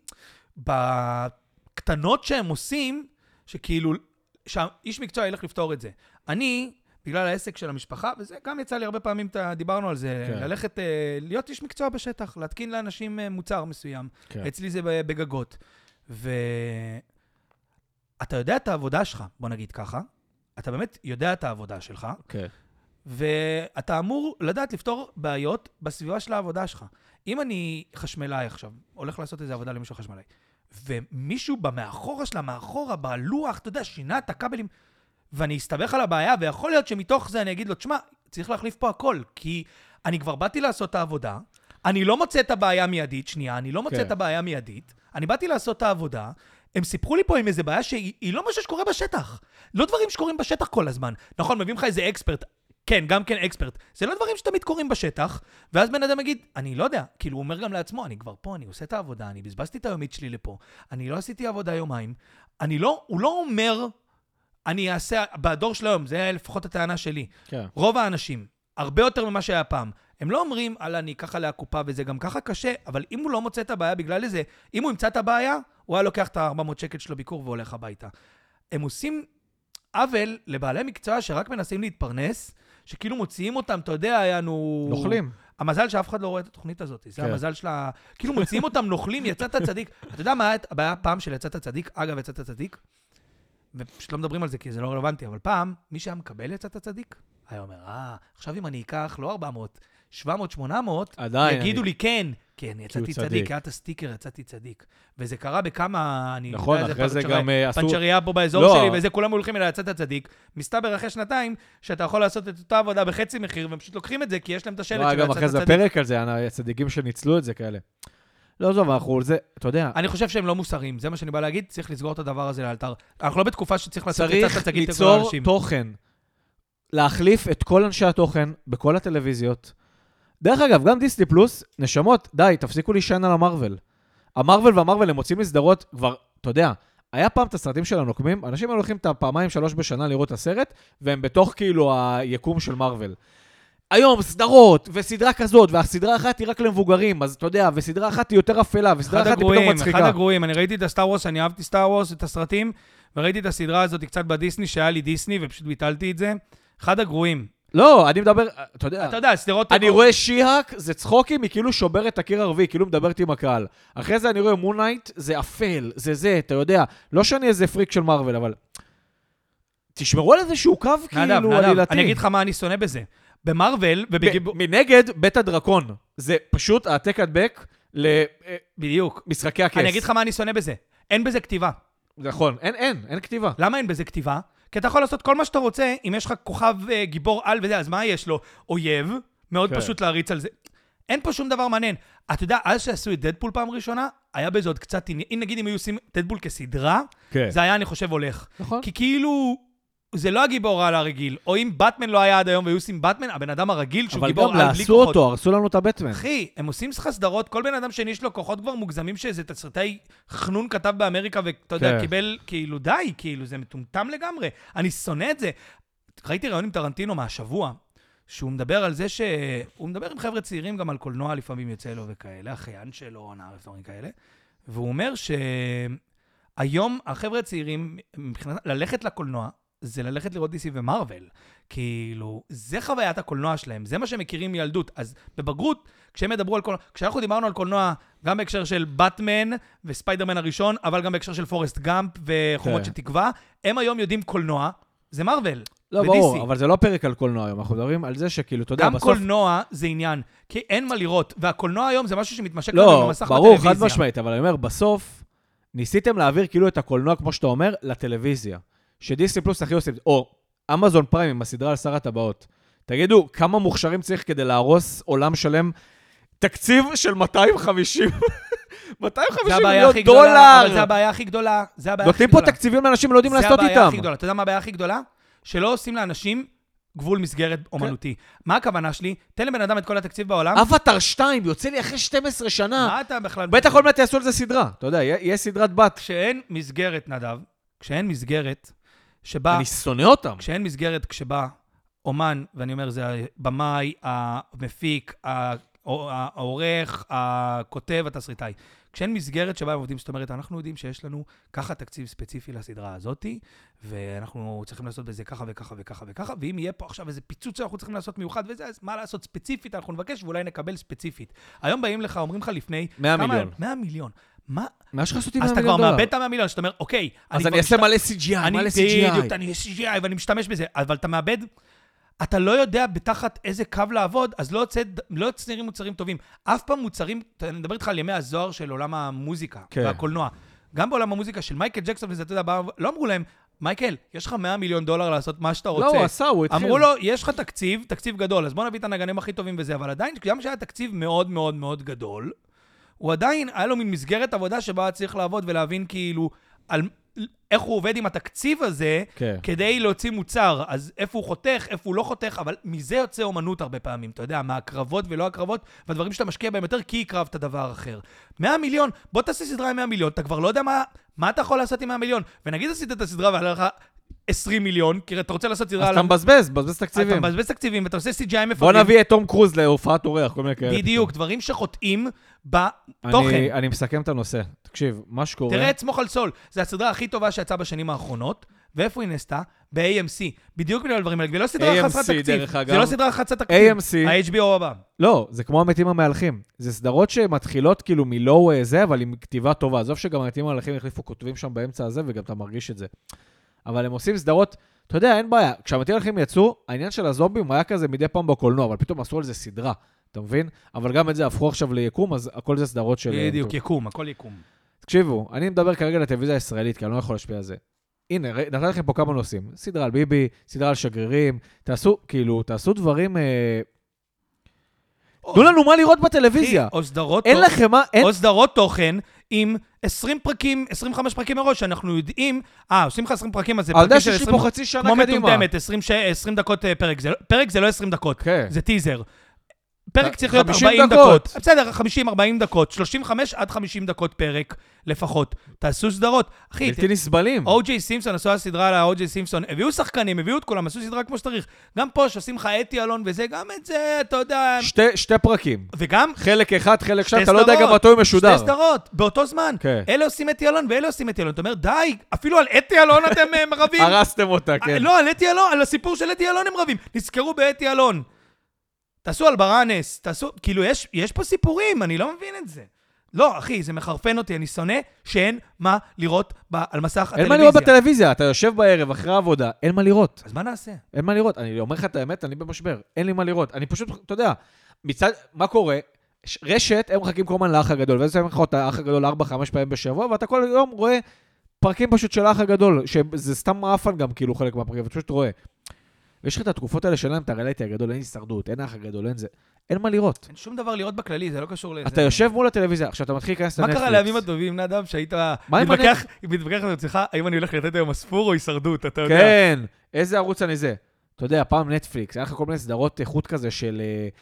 S2: בקטנות שהם עושים, שכאילו, שהאיש מקצוע ילך לפתור את זה. אני... בגלל העסק של המשפחה, וזה גם יצא לי הרבה פעמים, דיברנו על זה, כן. ללכת, להיות איש מקצוע בשטח, להתקין לאנשים מוצר מסוים. כן. אצלי זה בגגות. ואתה יודע את העבודה שלך, בוא נגיד ככה, אתה באמת יודע את העבודה שלך, כן. ואתה אמור לדעת לפתור בעיות בסביבה של העבודה שלך. אם אני חשמלאי עכשיו, הולך לעשות איזו עבודה למישהו חשמלאי, ומישהו במאחורה שלה, מאחורה, בלוח, אתה יודע, שינה את הכבלים, ואני אסתבך על הבעיה, ויכול להיות שמתוך זה אני אגיד לו, תשמע, צריך להחליף פה הכל, כי אני כבר באתי לעשות את העבודה, אני לא מוצא את הבעיה מיידית, שנייה, אני לא מוצא את הבעיה מיידית, אני באתי לעשות את העבודה, הם סיפרו לי פה עם איזה בעיה שהיא לא משהו שקורה בשטח, לא דברים שקורים בשטח כל הזמן, נכון, מביאים לך איזה אקספרט, כן, גם כן אקספרט, זה לא דברים שתמיד קורים בשטח, ואז בן אדם יגיד, אני לא יודע, כאילו הוא אומר גם לעצמו, אני כבר פה, אני עושה את העבודה, אני בזבזתי את היומית שלי לפה, אני לא עשיתי עבודה יומיים, אני לא, הוא לא אומר אני אעשה, בדור של היום, זה לפחות הטענה שלי. כן. רוב האנשים, הרבה יותר ממה שהיה פעם, הם לא אומרים, על אני ככה להקופה וזה גם ככה קשה, אבל אם הוא לא מוצא את הבעיה בגלל איזה, אם הוא ימצא את הבעיה, הוא היה לוקח את ה-ארבע מאות שקל שלו ביקור והולך הביתה. הם עושים עוול לבעלי מקצוע שרק מנסים להתפרנס, שכאילו מוציאים אותם, אתה יודע, היינו...
S1: נוכלים.
S2: המזל שאף אחד לא רואה את התוכנית הזאת, זה כן. המזל שלה... כאילו מוציאים אותם נוכלים, יצאת הצדיק. אתה יודע מה הבעיה פעם של יצאת הצדיק? אגב, יצאת הצדיק? ופשוט לא מדברים על זה כי זה לא רלוונטי, אבל פעם, מי שהיה מקבל יצאת הצדיק, היה אומר, אה, עכשיו אם אני אקח לא ארבע מאות, שבע מאות, שמונה מאות, עדיין, יגידו אני... לי כן, כן, יצאתי צדיק, היה את הסטיקר, יצאתי צדיק. וזה קרה בכמה, אני...
S1: נכון, אחרי זה גם עשו...
S2: פנצ'ריה פה באזור לא. שלי, וזה כולם הולכים אליי יצאת הצדיק. מסתבר אחרי שנתיים, שאתה יכול לעשות את אותה עבודה בחצי מחיר, והם פשוט לוקחים את זה, כי יש להם את השלט של יצאת הצדיק.
S1: גם אחרי זה פרק על זה, הצדיקים שניצלו את זה כאלה. לא, עזוב, אנחנו, זה, אתה יודע...
S2: אני חושב שהם לא מוסריים, זה מה שאני בא להגיד, צריך לסגור את הדבר הזה לאלתר. אנחנו לא בתקופה שצריך לעשות
S1: צריך ליצור תוכן, להחליף את כל אנשי התוכן בכל הטלוויזיות. דרך אגב, גם דיסני פלוס, נשמות, די, תפסיקו להישען על המרוול. המרוול והמרוול הם מוצאים מסדרות כבר, אתה יודע, היה פעם את הסרטים של הנוקמים, אנשים הולכים את הפעמיים שלוש בשנה לראות את הסרט, והם בתוך כאילו היקום של מרוול. היום סדרות, וסדרה כזאת, והסדרה אחת היא רק למבוגרים, אז אתה יודע, וסדרה אחת היא יותר אפלה, וסדרה אחת היא פתאום מצחיקה.
S2: אחד הגרועים, אני ראיתי את הסטאר וורס, אני אהבתי סטאר וורס, את הסרטים, וראיתי את הסדרה הזאת קצת בדיסני, שהיה לי דיסני, ופשוט ביטלתי את זה. אחד הגרועים.
S1: לא, אני מדבר, אתה יודע,
S2: אתה יודע, סדרות...
S1: אני רואה שיהק, זה צחוקים, היא כאילו שובר את הקיר הרביעי, כאילו מדברת עם הקהל. אחרי זה אני רואה מונייט, זה אפל, זה זה, אתה יודע, לא שאני איזה פריק של מרוול, אבל תשמרו על איזשהו קו כאילו עלילתי.
S2: אני אגיד לך מה אני שונא בזה. במרוול,
S1: מנגד, בית הדרקון. זה פשוט העתק הדבק
S2: בדיוק.
S1: למשחקי הכס.
S2: אני אגיד לך מה אני שונא בזה. אין בזה כתיבה.
S1: נכון, אין, אין, אין כתיבה.
S2: למה אין בזה כתיבה? כי אתה יכול לעשות כל מה שאתה רוצה, אם יש לך כוכב גיבור על וזה, אז מה יש לו? אויב, מאוד פשוט להריץ על זה. אין פה שום דבר מעניין. אתה יודע, אז שעשו את דדפול פעם ראשונה, היה בזה עוד קצת, אם נגיד אם היו עושים דדפול כסדרה, זה היה, אני חושב, הולך.
S1: נכון.
S2: כי כאילו... זה לא הגיבור על הרגיל, או אם בטמן לא היה עד היום והיו עושים בטמן, הבן אדם הרגיל שהוא גיבור על בלי כוחות.
S1: אבל גם לעשו אותו, הרסו לנו את הבטמן.
S2: אחי, הם עושים לך סדרות, כל בן אדם שני יש לו כוחות כבר מוגזמים שאיזה תסריטאי חנון כתב באמריקה, ואתה יודע, קיבל כאילו די, כאילו זה מטומטם לגמרי. אני שונא את זה. ראיתי ראיון עם טרנטינו מהשבוע, שהוא מדבר על זה שהוא מדבר עם חבר'ה צעירים גם על קולנוע, לפעמים יוצא לו וכאלה, אחיין שלו, נערף דברים כאלה, והוא אומר שהיום החבר'ה הצעירים, ללכת לקולנוע, זה ללכת לראות די סי ומרוול. כאילו, זה חוויית הקולנוע שלהם, זה מה שהם מכירים מילדות. אז בבגרות, כשהם ידברו על קולנוע, כשאנחנו דיברנו על קולנוע, גם בהקשר של בטמן וספיידרמן הראשון, אבל גם בהקשר של פורסט גאמפ וחומות של תקווה, הם היום יודעים קולנוע, זה מרוול.
S1: לא, ברור, אבל זה לא פרק על קולנוע היום, אנחנו מדברים על זה שכאילו, אתה יודע,
S2: בסוף... גם קולנוע זה עניין, כי אין מה לראות, והקולנוע היום זה משהו שמתמשק
S1: לא, במסך ברור, בטלוויזיה. חד משמעית, אבל אני אומר, בסוף, ניסיתם להעביר כאילו את הקולנוע, כמו שאתה אומר, לטלוויזיה. שדיסני פלוס הכי עושים, או אמזון פריים עם הסדרה על שר הטבעות. תגידו, כמה מוכשרים צריך כדי להרוס עולם שלם תקציב של מאתיים וחמישים מאתיים וחמישים מיליון דולר.
S2: אבל זה הבעיה הכי גדולה.
S1: נותנים פה תקציבים לאנשים לא יודעים לעשות איתם.
S2: זה הבעיה הכי גדולה. אתה יודע מה הבעיה הכי גדולה? שלא עושים לאנשים גבול מסגרת אומנותי. מה הכוונה שלי? תן לבן אדם את כל התקציב בעולם.
S1: אבטר שתיים, יוצא לי אחרי שתים עשרה שנה.
S2: מה אתה בכלל...
S1: בטח כל מעט יעשו על זה סדרה. אתה יודע, יש סדרת בת.
S2: כשאין מסגרת, נדב, כשאין מסגרת, שבה...
S1: אני שונא אותם.
S2: כשאין מסגרת, כשבא אומן, ואני אומר, זה הבמאי, המפיק, העורך, הכותב, התסריטאי. כשאין מסגרת שבה הם עובדים, זאת אומרת, אנחנו יודעים שיש לנו ככה תקציב ספציפי לסדרה הזאת, ואנחנו צריכים לעשות בזה ככה וככה וככה וככה, ואם יהיה פה עכשיו איזה פיצוץ שאנחנו צריכים לעשות מיוחד וזה, אז מה לעשות ספציפית, אנחנו נבקש ואולי נקבל ספציפית. היום באים לך, אומרים לך לפני...
S1: מאה מיליון.
S2: מאה מיליון. מה?
S1: מה שלך עשיתי מאה
S2: מיליון דולר? אז אתה כבר מאבד את המאה מיליון, שאתה אומר, אוקיי.
S1: אז אני אעשה מלא סי ג'י איי, מלא סי ג'י איי.
S2: אני סי ג'י איי ואני משתמש בזה, אבל אתה מאבד, אתה לא יודע בתחת איזה קו לעבוד, אז לא יוצרים מוצרים טובים. אף פעם מוצרים, אני מדבר איתך על ימי הזוהר של עולם המוזיקה והקולנוע. גם בעולם המוזיקה של מייקל ג'קסון וזה, אתה יודע, לא אמרו להם, מייקל, יש לך מאה מיליון דולר לעשות מה שאתה רוצה.
S1: לא, הוא עשה, הוא התחיל.
S2: אמרו לו, יש לך תקציב, תקציב גדול, אז בוא נביא את הנגנים הכי טובים וזה, אבל עדיין, גם שהיה תקציב מאוד מאוד מאוד גדול, הוא עדיין, היה לו מין מסגרת עבודה שבה צריך לעבוד ולהבין כאילו על איך הוא עובד עם התקציב הזה, כן. כדי להוציא מוצר. אז איפה הוא חותך, איפה הוא לא חותך, אבל מזה יוצא אומנות הרבה פעמים, אתה יודע, מהקרבות ולא הקרבות, והדברים שאתה משקיע בהם יותר כי הקרבת דבר אחר. מאה מיליון, בוא תעשה סדרה עם מאה מיליון, אתה כבר לא יודע מה, מה אתה יכול לעשות עם מאה מיליון, ונגיד עשית את הסדרה ועלה לך עשרים מיליון, כי אתה רוצה לעשות סדרה...
S1: אז אתה מבזבז, מבזבז תקציבים.
S2: אתה מבזבז תקציבים, ואתה עושה סי ג'י איי מפגרים.
S1: בוא נביא את תום קרוז להופעת אורח, כל מיני כאלה.
S2: בדיוק, דברים שחוטאים בתוכן.
S1: אני מסכם את הנושא. תקשיב, מה שקורה...
S2: תראה את סמוך על סול. זו הסדרה הכי טובה שיצאה בשנים האחרונות, ואיפה היא נעשתה? ב-איי אם סי. בדיוק בגלל הדברים האלה, ולא סדרה חסרת תקציב. זה לא סדרה חסרת תקציב.
S1: איי אם סי.
S2: ה-אייץ' בי או הבא.
S1: לא, זה כמו המתים המהלכים. זה סדרות שמתחילות כאילו מלואו זה, אבל עם כתיבה טובה. עזוב שגם המתים המהלכים החליפו כותבים שם באמצע הזה, וגם אתה מרגיש את זה. אבל הם עושים סדרות, אתה יודע, אין בעיה. כשהמתים המהלכים יצאו, העניין של הזומבים היה כזה מדי פעם בקולנוע, אבל פתאום עשו על זה סדרה, אתה מבין? אבל גם את זה הפכו עכשיו ליקום, אז הכל זה סדרות של...
S2: בדיוק, יקום, הכל יקום.
S1: תקשיבו, אני מדבר כרגע לטלוויזיה הישראלית, כי אני לא יכול להשפיע על זה. הנה, נתן לכם פה כמה נושאים. סדרה על ביבי, סדרה על שגרירים, תעשו, כאילו, תעשו דברים... תנו לנו מה לראות בטלוויזיה.
S2: או סדרות...
S1: אין לכם מה...
S2: או סדרות תוכן עם עשרים פרקים, עשרים וחמישה פרקים מראש, שאנחנו יודעים... אה, עושים לך עשרים פרקים, אז זה
S1: פרקים של עשרים... פה חצי שנה
S2: כמו
S1: קדימה.
S2: כמו מטומטמת, עשרים דקות פרק. פרק זה לא עשרים דקות, זה טיזר. פרק צריך להיות ארבעים דקות. בסדר, חמישים ארבעים דקות, שלושים וחמש עד חמישים דקות פרק לפחות. תעשו סדרות. אחי,
S1: בלתי נסבלים.
S2: או-ג'יי סימפסון, עשו הסדרה על או-ג'יי סימפסון, הביאו שחקנים, הביאו את כולם, עשו סדרה כמו שצריך. גם פה שעושים לך אתי אלון וזה, גם את זה, אתה יודע...
S1: שתי, שתי פרקים.
S2: וגם...
S1: חלק אחד, חלק שני, אתה לא יודע גם מתי הוא משודר.
S2: שתי סדרות, באותו זמן.
S1: כן.
S2: אלה עושים אתי אלון ואלה עושים אתי אלון. אתה אומר, די, אפילו על אתי אלון אתם רבים.
S1: הרסתם אותה, כן.
S2: לא, על אתי אלון, על הסיפור של אתי אלון הם רבים. נזכרו באתי אלון. תעשו על ברנס, תעשו, כאילו, יש, יש פה סיפורים, אני לא מבין את זה. לא, אחי, זה מחרפן אותי, אני שונא שאין מה לראות ב, על מסך הטלוויזיה.
S1: אין מה לראות בטלוויזיה, אתה יושב בערב אחרי העבודה, אין מה לראות.
S2: אז מה נעשה?
S1: אין מה לראות, אני אומר לך את האמת, אני במשבר, אין לי מה לראות. אני פשוט, אתה יודע, מצד, מה קורה? רשת, הם מחכים כל הזמן לאח הגדול, וזה הם מחכים את האח הגדול ארבע חמש פעמים בשבוע, ואתה כל יום רואה פרקים פשוט של האח הגדול, שזה סתם מאפן גם, כאילו, חלק מהפרקים, ואתה פשוט רואה. ויש לך את התקופות האלה שלהם, את הריאליטי הגדול, אין הישרדות, אין האח הגדול, אין זה. אין מה לראות.
S2: אין שום דבר לראות בכללי, זה לא קשור לזה.
S1: אתה יושב מול הטלוויזיה, עכשיו אתה מתחיל להיכנס לנטפליקס.
S2: מה קרה לימים הטובים, נדב, שהיית מתווכח עם עצמך, האם אני הולך לתת היום מספור או הישרדות, אתה יודע?
S1: כן, איזה ערוץ אני זה? אתה יודע, פעם נטפליקס, היה לך כל מיני סדרות איכות כזה של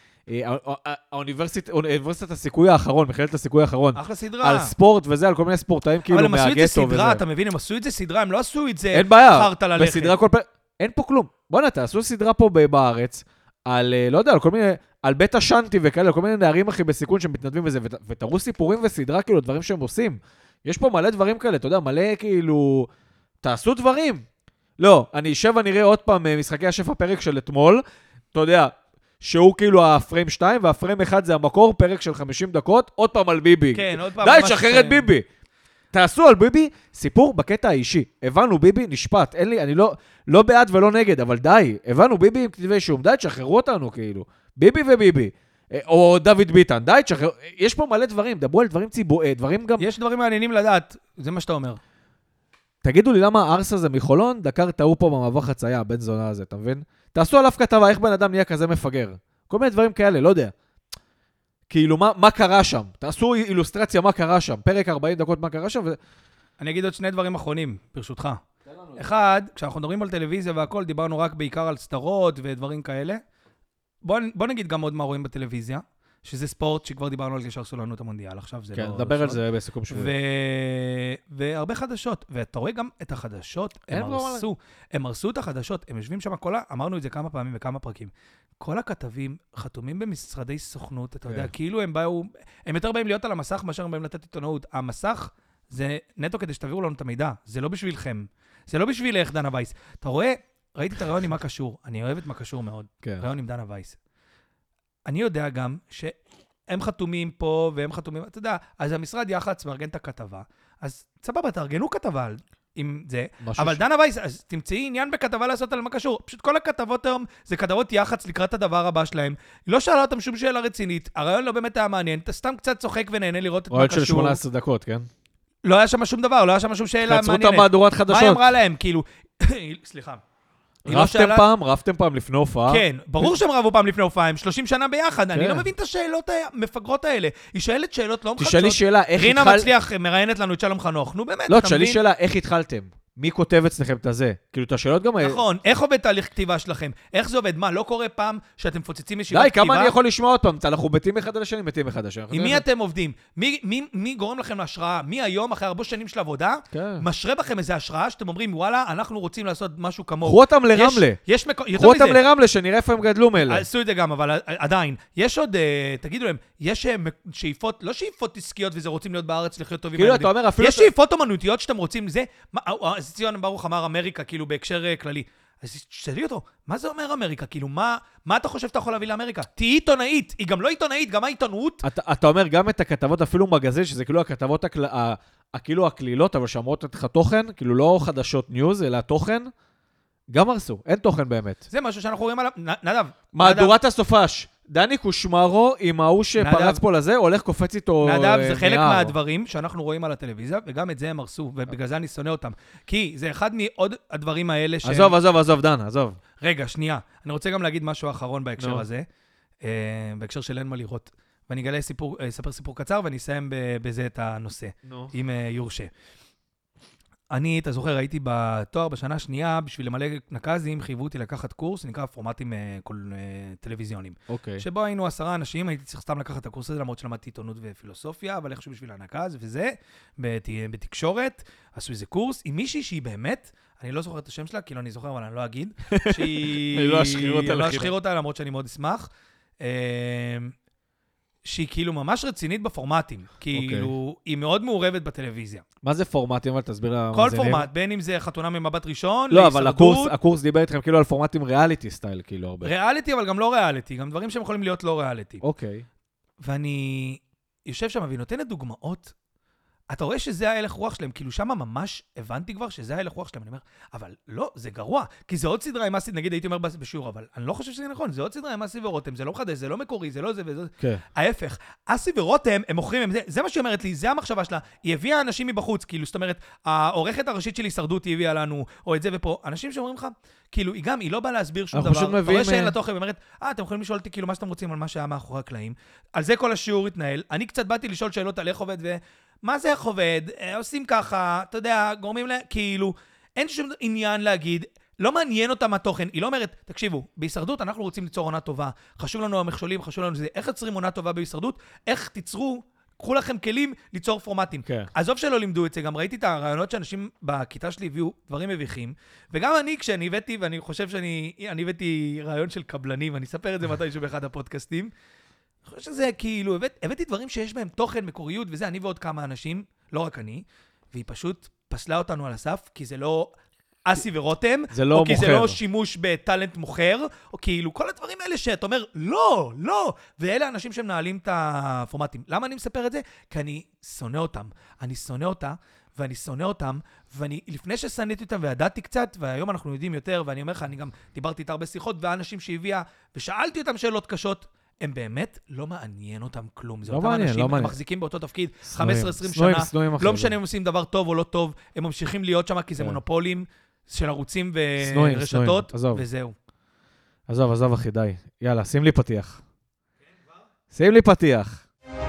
S1: האוניברסיטת הסיכוי האחרון, מכללת הסיכוי האחרון.
S2: אחלה סדרה.
S1: על ספורט וזה, על כל מיני ספורטאים כאילו מהגטו וזה.
S2: אבל הם עשו את זה סדרה, אתה מבין? הם עשו את זה סדרה, הם לא עשו את זה
S1: אין בעיה,
S2: חרטה ללכת.
S1: בסדרה כל פעם, אין פה כלום. בוא נה, תעשו סדרה פה בארץ, על, לא יודע, על כל מיני, על בית השנטי וכאלה, על כל מיני נערים הכי בסיכון שמתנדבים בזה, ותראו סיפורים וסדרה, כאילו, דברים שהם עושים. יש פה מלא דברים כאלה, אתה יודע, מלא כאילו, תעשו דברים. לא, אני אשב ונראה עוד פעם משחקי השף הפרק של אתמול, אתה יודע, שהוא כאילו הפריים שתיים, והפריים אחד זה המקור, פרק של חמישים דקות, עוד פעם על ביבי.
S2: כן, עוד פעם.
S1: די, תשחרר את ביבי. תעשו על ביבי סיפור בקטע האישי. הבנו ביבי, נשפט. אין לי, אני לא, לא בעד ולא נגד, אבל די. הבנו ביבי עם כתבי שום. די, תשחררו אותנו כאילו. ביבי וביבי. או דוד ביטן. די, תשחררו. יש פה מלא דברים. דברו על דברים ציבורי, דברים גם...
S2: יש דברים מעניינים לדעת. זה מה שאתה אומר.
S1: תגידו לי למה הארס הזה מחולון דקר טעו פה במעבר חצייה, הבן זונה הזה, אתה מבין? תעשו עליו כתבה, איך בן אדם נהיה כזה מפגר. כל מיני דברים כאלה, לא יודע. כאילו, מה, מה קרה שם? תעשו אילוסטרציה מה קרה שם. פרק ארבעים דקות מה קרה שם. ו...
S2: אני אגיד עוד שני דברים אחרונים, ברשותך. אחד, כשאנחנו מדברים על טלוויזיה והכל, דיברנו רק בעיקר על סדרות ודברים כאלה. בוא, בוא נגיד גם עוד מה רואים בטלוויזיה, שזה ספורט שכבר דיברנו על קשר סולנות המונדיאל. עכשיו זה
S1: כן,
S2: לא...
S1: נדבר על זה בסיכום שבוע.
S2: ו... והרבה חדשות. ואתה רואה גם את החדשות, הם הרסו. הם הרסו את החדשות. הם יושבים שם כל ה... אמרנו את זה כמה פעמים וכמה פרקים. כל הכתבים חתומים במשרדי סוכנות, אתה יודע, כאילו הם באו... הם יותר באים להיות על המסך מאשר הם באים לתת עיתונאות. המסך זה נטו כדי שתביאו לנו את המידע. זה לא בשבילכם. זה לא בשבילך, דנה וייס. אתה רואה, ראיתי את הרעיון עם מה קשור. אני אוהב את מה קשור מאוד. רעיון עם דנה וייס. אני יודע גם שהם חתומים פה והם חתומים, אתה יודע, אז המשרד יח"צ מארגן את הכתבה, אז סבבה, תארגנו כתבה עם זה, אבל דנה וייס, אז תמצאי עניין בכתבה לעשות על מה קשור. פשוט כל הכתבות היום זה כתבות יח"צ לקראת הדבר הבא שלהם. היא לא שאלה אותם שום שאלה רצינית, הרעיון לא באמת היה מעניין, אתה סתם קצת צוחק ונהנה לראות את מה קשור.
S1: רעיון של שמונה עשרה דקות, כן?
S2: לא היה שם שום דבר, לא היה שם שום שאלה מעניינת.
S1: תעצרו את המהדורת חדשות.
S2: מה היא אמרה להם? כאילו, סליחה.
S1: רבתם פעם? רבתם פעם לפני הופעה?
S2: כן, ברור שהם רבו פעם לפני הופעה, הם שלושים שנה ביחד, אני לא מבין את השאלות המפגרות האלה. היא שואלת שאלות לא מחדשות.
S1: תשאלי שאלה, איך התחל...
S2: רינה מצליח מראיינת לנו את שלום חנוך, נו באמת,
S1: לא, תשאלי שאלה, איך התחלתם? מי כותב אצלכם את הזה? כאילו, את השאלות גם...
S2: נכון, איך עובד תהליך כתיבה שלכם? איך זה עובד? מה, לא קורה פעם שאתם מפוצצים ישיבות
S1: כתיבה?
S2: כתיבה?
S1: די, כמה אני יכול לשמוע עוד פעם? אנחנו מתים אחד על השני, מתים אחד על השני.
S2: עם מי אתם עובדים? מי, מי, מי גורם לכם להשראה? מי היום, אחרי הרבה שנים של עבודה,
S1: כן.
S2: משרה בכם איזו השראה שאתם אומרים, וואלה, אנחנו רוצים לעשות משהו כמוהו.
S1: קחו אותם לרמלה.
S2: יש, יש מקו...
S1: קחו אותם לרמלה, שנראה איפה הם גדלו מאלה.
S2: עשו את זה גם, אבל עדיין. יש עוד, תגידו להם, יש שאיפות, לא שאיפות עסקיות וזה רוצים להיות בארץ לחיות טובים.
S1: כאילו, אתה אומר, אפילו...
S2: יש שאיפות אומנותיות שאתם רוצים, זה, אז ציון ברוך אמר אמריקה, כאילו בהקשר כללי. אז תשאלי אותו, מה זה אומר אמריקה? כאילו, מה, מה אתה חושב שאתה יכול להביא לאמריקה? תהי עיתונאית, היא גם לא עיתונאית, גם העיתונות. אתה,
S1: אתה אומר גם את הכתבות, אפילו מגזין, שזה כאילו הכתבות, הקל... כאילו הכלילות, אבל שאמרות לך תוכן, כאילו לא חדשות ניוז, אלא תוכן, גם הרסו, אין תוכן באמת.
S2: זה משהו שאנחנו רואים עליו, נדב.
S1: מהדורת הסופש, דני קושמרו עם ההוא שפרץ פה לזה, הולך קופץ איתו
S2: נדב, נער. זה חלק מהדברים שאנחנו רואים על הטלוויזיה, וגם את זה הם הרסו, ובגלל זה אני שונא אותם. כי זה אחד מעוד הדברים האלה ש...
S1: עזוב, עזוב, עזוב, דן, עזוב.
S2: רגע, שנייה. אני רוצה גם להגיד משהו אחרון בהקשר
S1: no.
S2: הזה. בהקשר של אין מה לראות. ואני אגלה סיפור, אספר סיפור קצר, ואני אסיים בזה את הנושא, אם יורשה. אני, אתה זוכר, הייתי בתואר בשנה השנייה, בשביל למלא נקזים, חייבו אותי לקחת קורס, נקרא פורמטים טלוויזיוניים.
S1: אוקיי.
S2: שבו היינו עשרה אנשים, הייתי צריך סתם לקחת את הקורס הזה, למרות שלמדתי עיתונות ופילוסופיה, אבל איכשהו בשביל הנקז וזה, בתקשורת, עשו איזה קורס, עם מישהי שהיא באמת, אני לא זוכר את השם שלה, כאילו אני זוכר, אבל אני לא אגיד, שהיא...
S1: אני לא אשחיר אותה.
S2: אני לא אשחיר אותה, למרות שאני מאוד אשמח. שהיא כאילו ממש רצינית בפורמטים. כאילו, היא מאוד מעורבת בטלוויזיה.
S1: מה זה פורמטים? אבל תסביר למאזינים.
S2: כל פורמט, בין אם זה חתונה ממבט ראשון,
S1: לא, אבל הקורס דיבר איתכם כאילו על פורמטים ריאליטי סטייל, כאילו הרבה.
S2: ריאליטי, אבל גם לא ריאליטי. גם דברים שהם יכולים להיות לא ריאליטי.
S1: אוקיי.
S2: ואני יושב שם ונותנת דוגמאות. אתה רואה שזה ההלך רוח שלהם, כאילו שם ממש הבנתי כבר שזה ההלך רוח שלהם, אני אומר, אבל לא, זה גרוע, כי זה עוד סדרה עם אסי, נגיד הייתי אומר בשיעור, אבל אני לא חושב שזה נכון, זה עוד סדרה עם אסי ורותם, זה לא מחדש, זה לא מקורי, זה לא זה וזה.
S1: כן.
S2: ההפך, אסי ורותם, הם מוכרים, הם זה, זה מה שהיא אומרת לי, זה המחשבה שלה, היא הביאה אנשים מבחוץ, כאילו, זאת אומרת, העורכת הראשית של הישרדות היא הביאה לנו, או את זה ופה, אנשים שאומרים לך, כאילו, היא גם, היא לא באה להסביר שום דבר. אתה רואה שאין לה תוכן, היא אומרת, אה, אתם יכולים לשאול אותי כאילו מה שאתם רוצים על מה שהיה מאחורי הקלעים. על זה כל השיעור התנהל. אני קצת באתי לשאול שאלות על איך עובד ו... מה זה איך עובד? עושים ככה, אתה יודע, גורמים לה... כאילו, אין שום עניין להגיד, לא מעניין אותם התוכן. היא לא אומרת, תקשיבו, בהישרדות אנחנו רוצים ליצור עונה טובה. חשוב לנו המכשולים, חשוב לנו זה. איך יוצרים עונה טובה בהישרדות? איך תיצרו... קחו לכם כלים ליצור פורמטים.
S1: כן.
S2: עזוב שלא לימדו את זה, גם ראיתי את הרעיונות שאנשים בכיתה שלי הביאו דברים מביכים, וגם אני, כשאני הבאתי, ואני חושב שאני אני הבאתי רעיון של קבלנים, ואני אספר את זה מתישהו באחד הפודקאסטים, אני חושב שזה כאילו, הבאת, הבאתי דברים שיש בהם תוכן, מקוריות, וזה אני ועוד כמה אנשים, לא רק אני, והיא פשוט פסלה אותנו על הסף, כי זה לא... אסי ורותם,
S1: זה לא
S2: או כי
S1: מוכר.
S2: זה לא שימוש בטלנט מוכר, או כאילו כל הדברים האלה שאתה אומר, לא, לא, ואלה האנשים שמנהלים את הפורמטים. למה אני מספר את זה? כי אני שונא אותם. אני שונא אותה, ואני שונא אותם, ואני, לפני ששנאתי אותם וידעתי קצת, והיום אנחנו יודעים יותר, ואני אומר לך, אני גם דיברתי איתה הרבה שיחות, והאנשים שהביאה, ושאלתי אותם שאלות קשות, הם באמת לא מעניין אותם כלום. זה אותם אנשים, הם מחזיקים באותו תפקיד חמש עשרה עשרים שנה, לא משנה אם עושים דבר טוב או לא טוב, הם ממשיכים להיות שם כי זה מונופולים של ערוצים ורשתות, וזהו.
S1: עזוב, עזוב אחי, די. יאללה, שים לי פתיח. שים לי פתיח.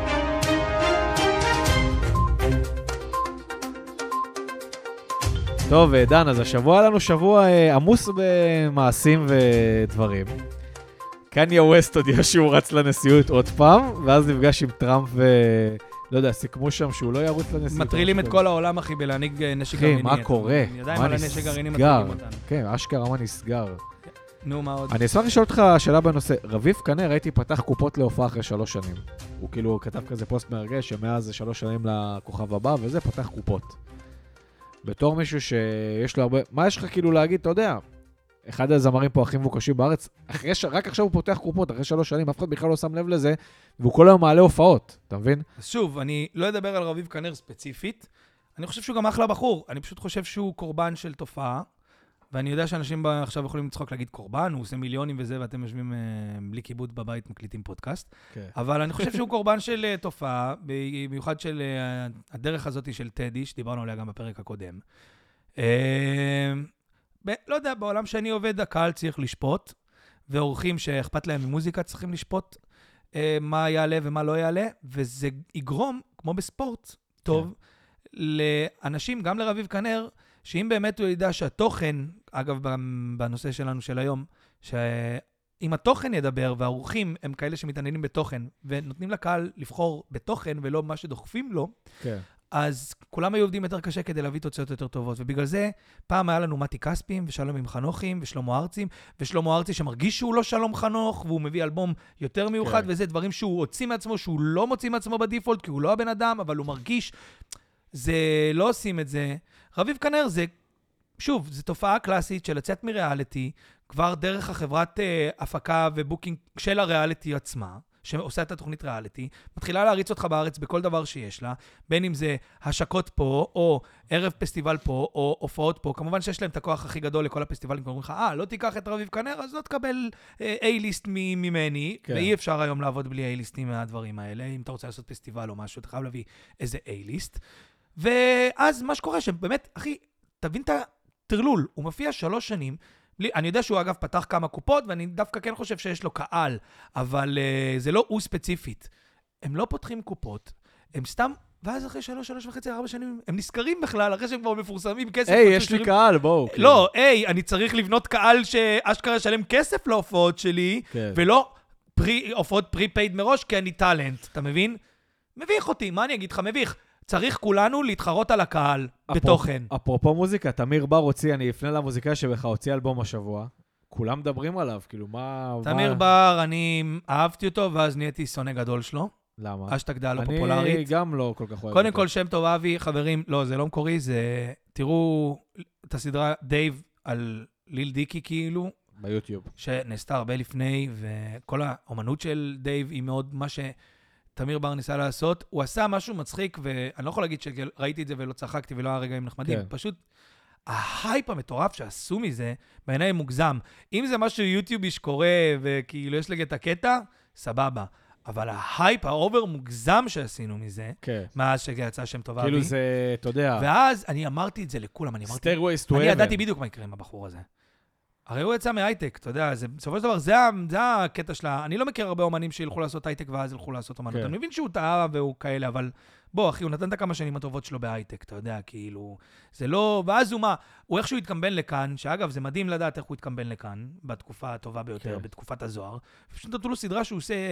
S1: טוב, דן, אז השבוע לנו שבוע עמוס במעשים ודברים. קניה ווסט הודיע שהוא רץ לנשיאות עוד פעם, ואז נפגש עם טראמפ ו... לא יודע, סיכמו שם שהוא לא ירוץ לנשיאות.
S2: מטרילים את כל העולם, אחי, בלהניג נשק גרעיני.
S1: אחי, מה קורה?
S2: מה נסגר?
S1: כן, אשכרה מה נסגר.
S2: נו, מה עוד?
S1: אני אשמח לשאול אותך שאלה בנושא. רביב קנה, ראיתי פתח קופות להופעה אחרי שלוש שנים. הוא כאילו כתב כזה פוסט מרגש, שמאז זה שלוש שנים לכוכב הבא, וזה פתח קופות. בתור מישהו שיש לו הרבה... מה יש לך כאילו להגיד, אתה יודע? אחד הזמרים פה הכי מבוקשים בארץ, אחרי ש... רק עכשיו הוא פותח קופות, אחרי שלוש שנים, אף אחד בכלל לא שם לב לזה, והוא כל היום מעלה הופעות, אתה מבין?
S2: אז שוב, אני לא אדבר על רביב קנר ספציפית, אני חושב שהוא גם אחלה בחור, אני פשוט חושב שהוא קורבן של תופעה, ואני יודע שאנשים עכשיו יכולים לצחוק להגיד קורבן, הוא עושה מיליונים וזה, ואתם יושבים אה, בלי כיבוד בבית, מקליטים פודקאסט, okay. אבל אני חושב שהוא קורבן של uh, תופעה, במיוחד של uh, הדרך הזאת של טדי, שדיברנו עליה גם בפרק הקודם. Uh, ב- לא יודע, בעולם שאני עובד, הקהל צריך לשפוט, ואורחים שאכפת להם ממוזיקה צריכים לשפוט uh, מה יעלה ומה לא יעלה, וזה יגרום, כמו בספורט, טוב, okay. לאנשים, גם לרביב קנר, שאם באמת הוא ידע שהתוכן, אגב, בנושא שלנו של היום, שאם התוכן ידבר והאורחים הם כאלה שמתעניינים בתוכן, ונותנים לקהל לבחור בתוכן ולא מה שדוחפים לו, כן. אז כולם היו עובדים יותר קשה כדי להביא תוצאות יותר טובות. ובגלל זה, פעם היה לנו מתי כספים ושלום עם חנוכים ושלמה ארצים, ושלמה ארצי שמרגיש שהוא לא שלום חנוך, והוא מביא אלבום יותר מיוחד, כן. וזה דברים שהוא הוציא מעצמו, שהוא לא מוציא מעצמו בדיפולט, כי הוא לא הבן אדם, אבל הוא מרגיש, זה לא עושים את זה. רביב קנר זה, שוב, זו תופעה קלאסית של לצאת מריאליטי, כבר דרך החברת אה, הפקה ובוקינג של הריאליטי עצמה, שעושה את התוכנית ריאליטי, מתחילה להריץ אותך בארץ בכל דבר שיש לה, בין אם זה השקות פה, או ערב פסטיבל פה, או הופעות פה, כמובן שיש להם את הכוח הכי גדול לכל הפסטיבלים, כי אומרים לך, אה, לא תיקח את רביב קנר, אז לא תקבל A-ליסט ממני, כן. ואי אפשר היום לעבוד בלי A-ליסטים מהדברים האלה, אם אתה רוצה לעשות פסטיבל או משהו, אתה חייב להביא איזה A-ליסט, ואז מה שקורה שבאמת, אחי, תבין את הטרלול, הוא מופיע שלוש שנים בלי, אני יודע שהוא אגב פתח כמה קופות, ואני דווקא כן חושב שיש לו קהל, אבל uh, זה לא הוא ספציפית. הם לא פותחים קופות, הם סתם, ואז אחרי שלוש, שלוש וחצי, ארבע שנים, הם נזכרים בכלל, אחרי שהם כבר מפורסמים כסף.
S1: היי, יש לי קהל, בואו.
S2: לא, היי, אני צריך לבנות קהל שאשכרה שלם כסף להופעות שלי, ולא הופעות פרי-פייד מראש, כי אני טלנט, אתה מבין? מביך אותי, מה אני אגיד לך? מביך. צריך כולנו להתחרות על הקהל בתוכן.
S1: אפרופו מוזיקה, תמיר בר הוציא, אני אפנה למוזיקאי שבך הוציא אלבום השבוע. כולם מדברים עליו, כאילו מה...
S2: תמיר בר, אני אהבתי אותו, ואז נהייתי שונא גדול שלו.
S1: למה?
S2: אשתק דעה לא פופולרית.
S1: אני גם לא כל כך אוהב.
S2: קודם כל, שם טוב אבי, חברים, לא, זה לא מקורי, זה... תראו את הסדרה דייב על ליל דיקי כאילו.
S1: ביוטיוב.
S2: שנעשתה הרבה לפני, וכל האומנות של דייב היא מאוד מה שתמיר בר ניסה לעשות. הוא עשה משהו מצחיק, ואני לא יכול להגיד שראיתי את זה ולא צחקתי ולא היה רגעים נחמדים. כן. פשוט ההייפ המטורף שעשו מזה, בעיניי מוגזם. אם זה משהו יוטיובי שקורה, וכאילו יש לג את הקטע, סבבה. אבל ההייפ, האובר מוגזם שעשינו מזה, כן. מאז שיצא שם טוב אבי.
S1: כאילו זה, אתה יודע...
S2: ואז אני אמרתי את זה לכולם, אני אמרתי...
S1: Stairways to Heaven.
S2: אני ידעתי בדיוק מה יקרה עם הבחור הזה. הרי הוא יצא מהייטק, אתה יודע, זה, בסופו של דבר, זה, זה הקטע שלה. אני לא מכיר הרבה אומנים שילכו לעשות הייטק ואז ילכו לעשות אומנות. כן. אני מבין שהוא טעה והוא כאלה, אבל בוא, אחי, הוא נתן את כמה שנים הטובות שלו בהייטק, אתה יודע, כאילו, זה לא... ואז הוא מה, הוא איכשהו התקמבן לכאן, שאגב, זה מדהים לדעת איך הוא התקמבן לכאן, בתקופה הטובה ביותר, כן. בתקופת הזוהר. פשוט נתנו לו סדרה שהוא עושה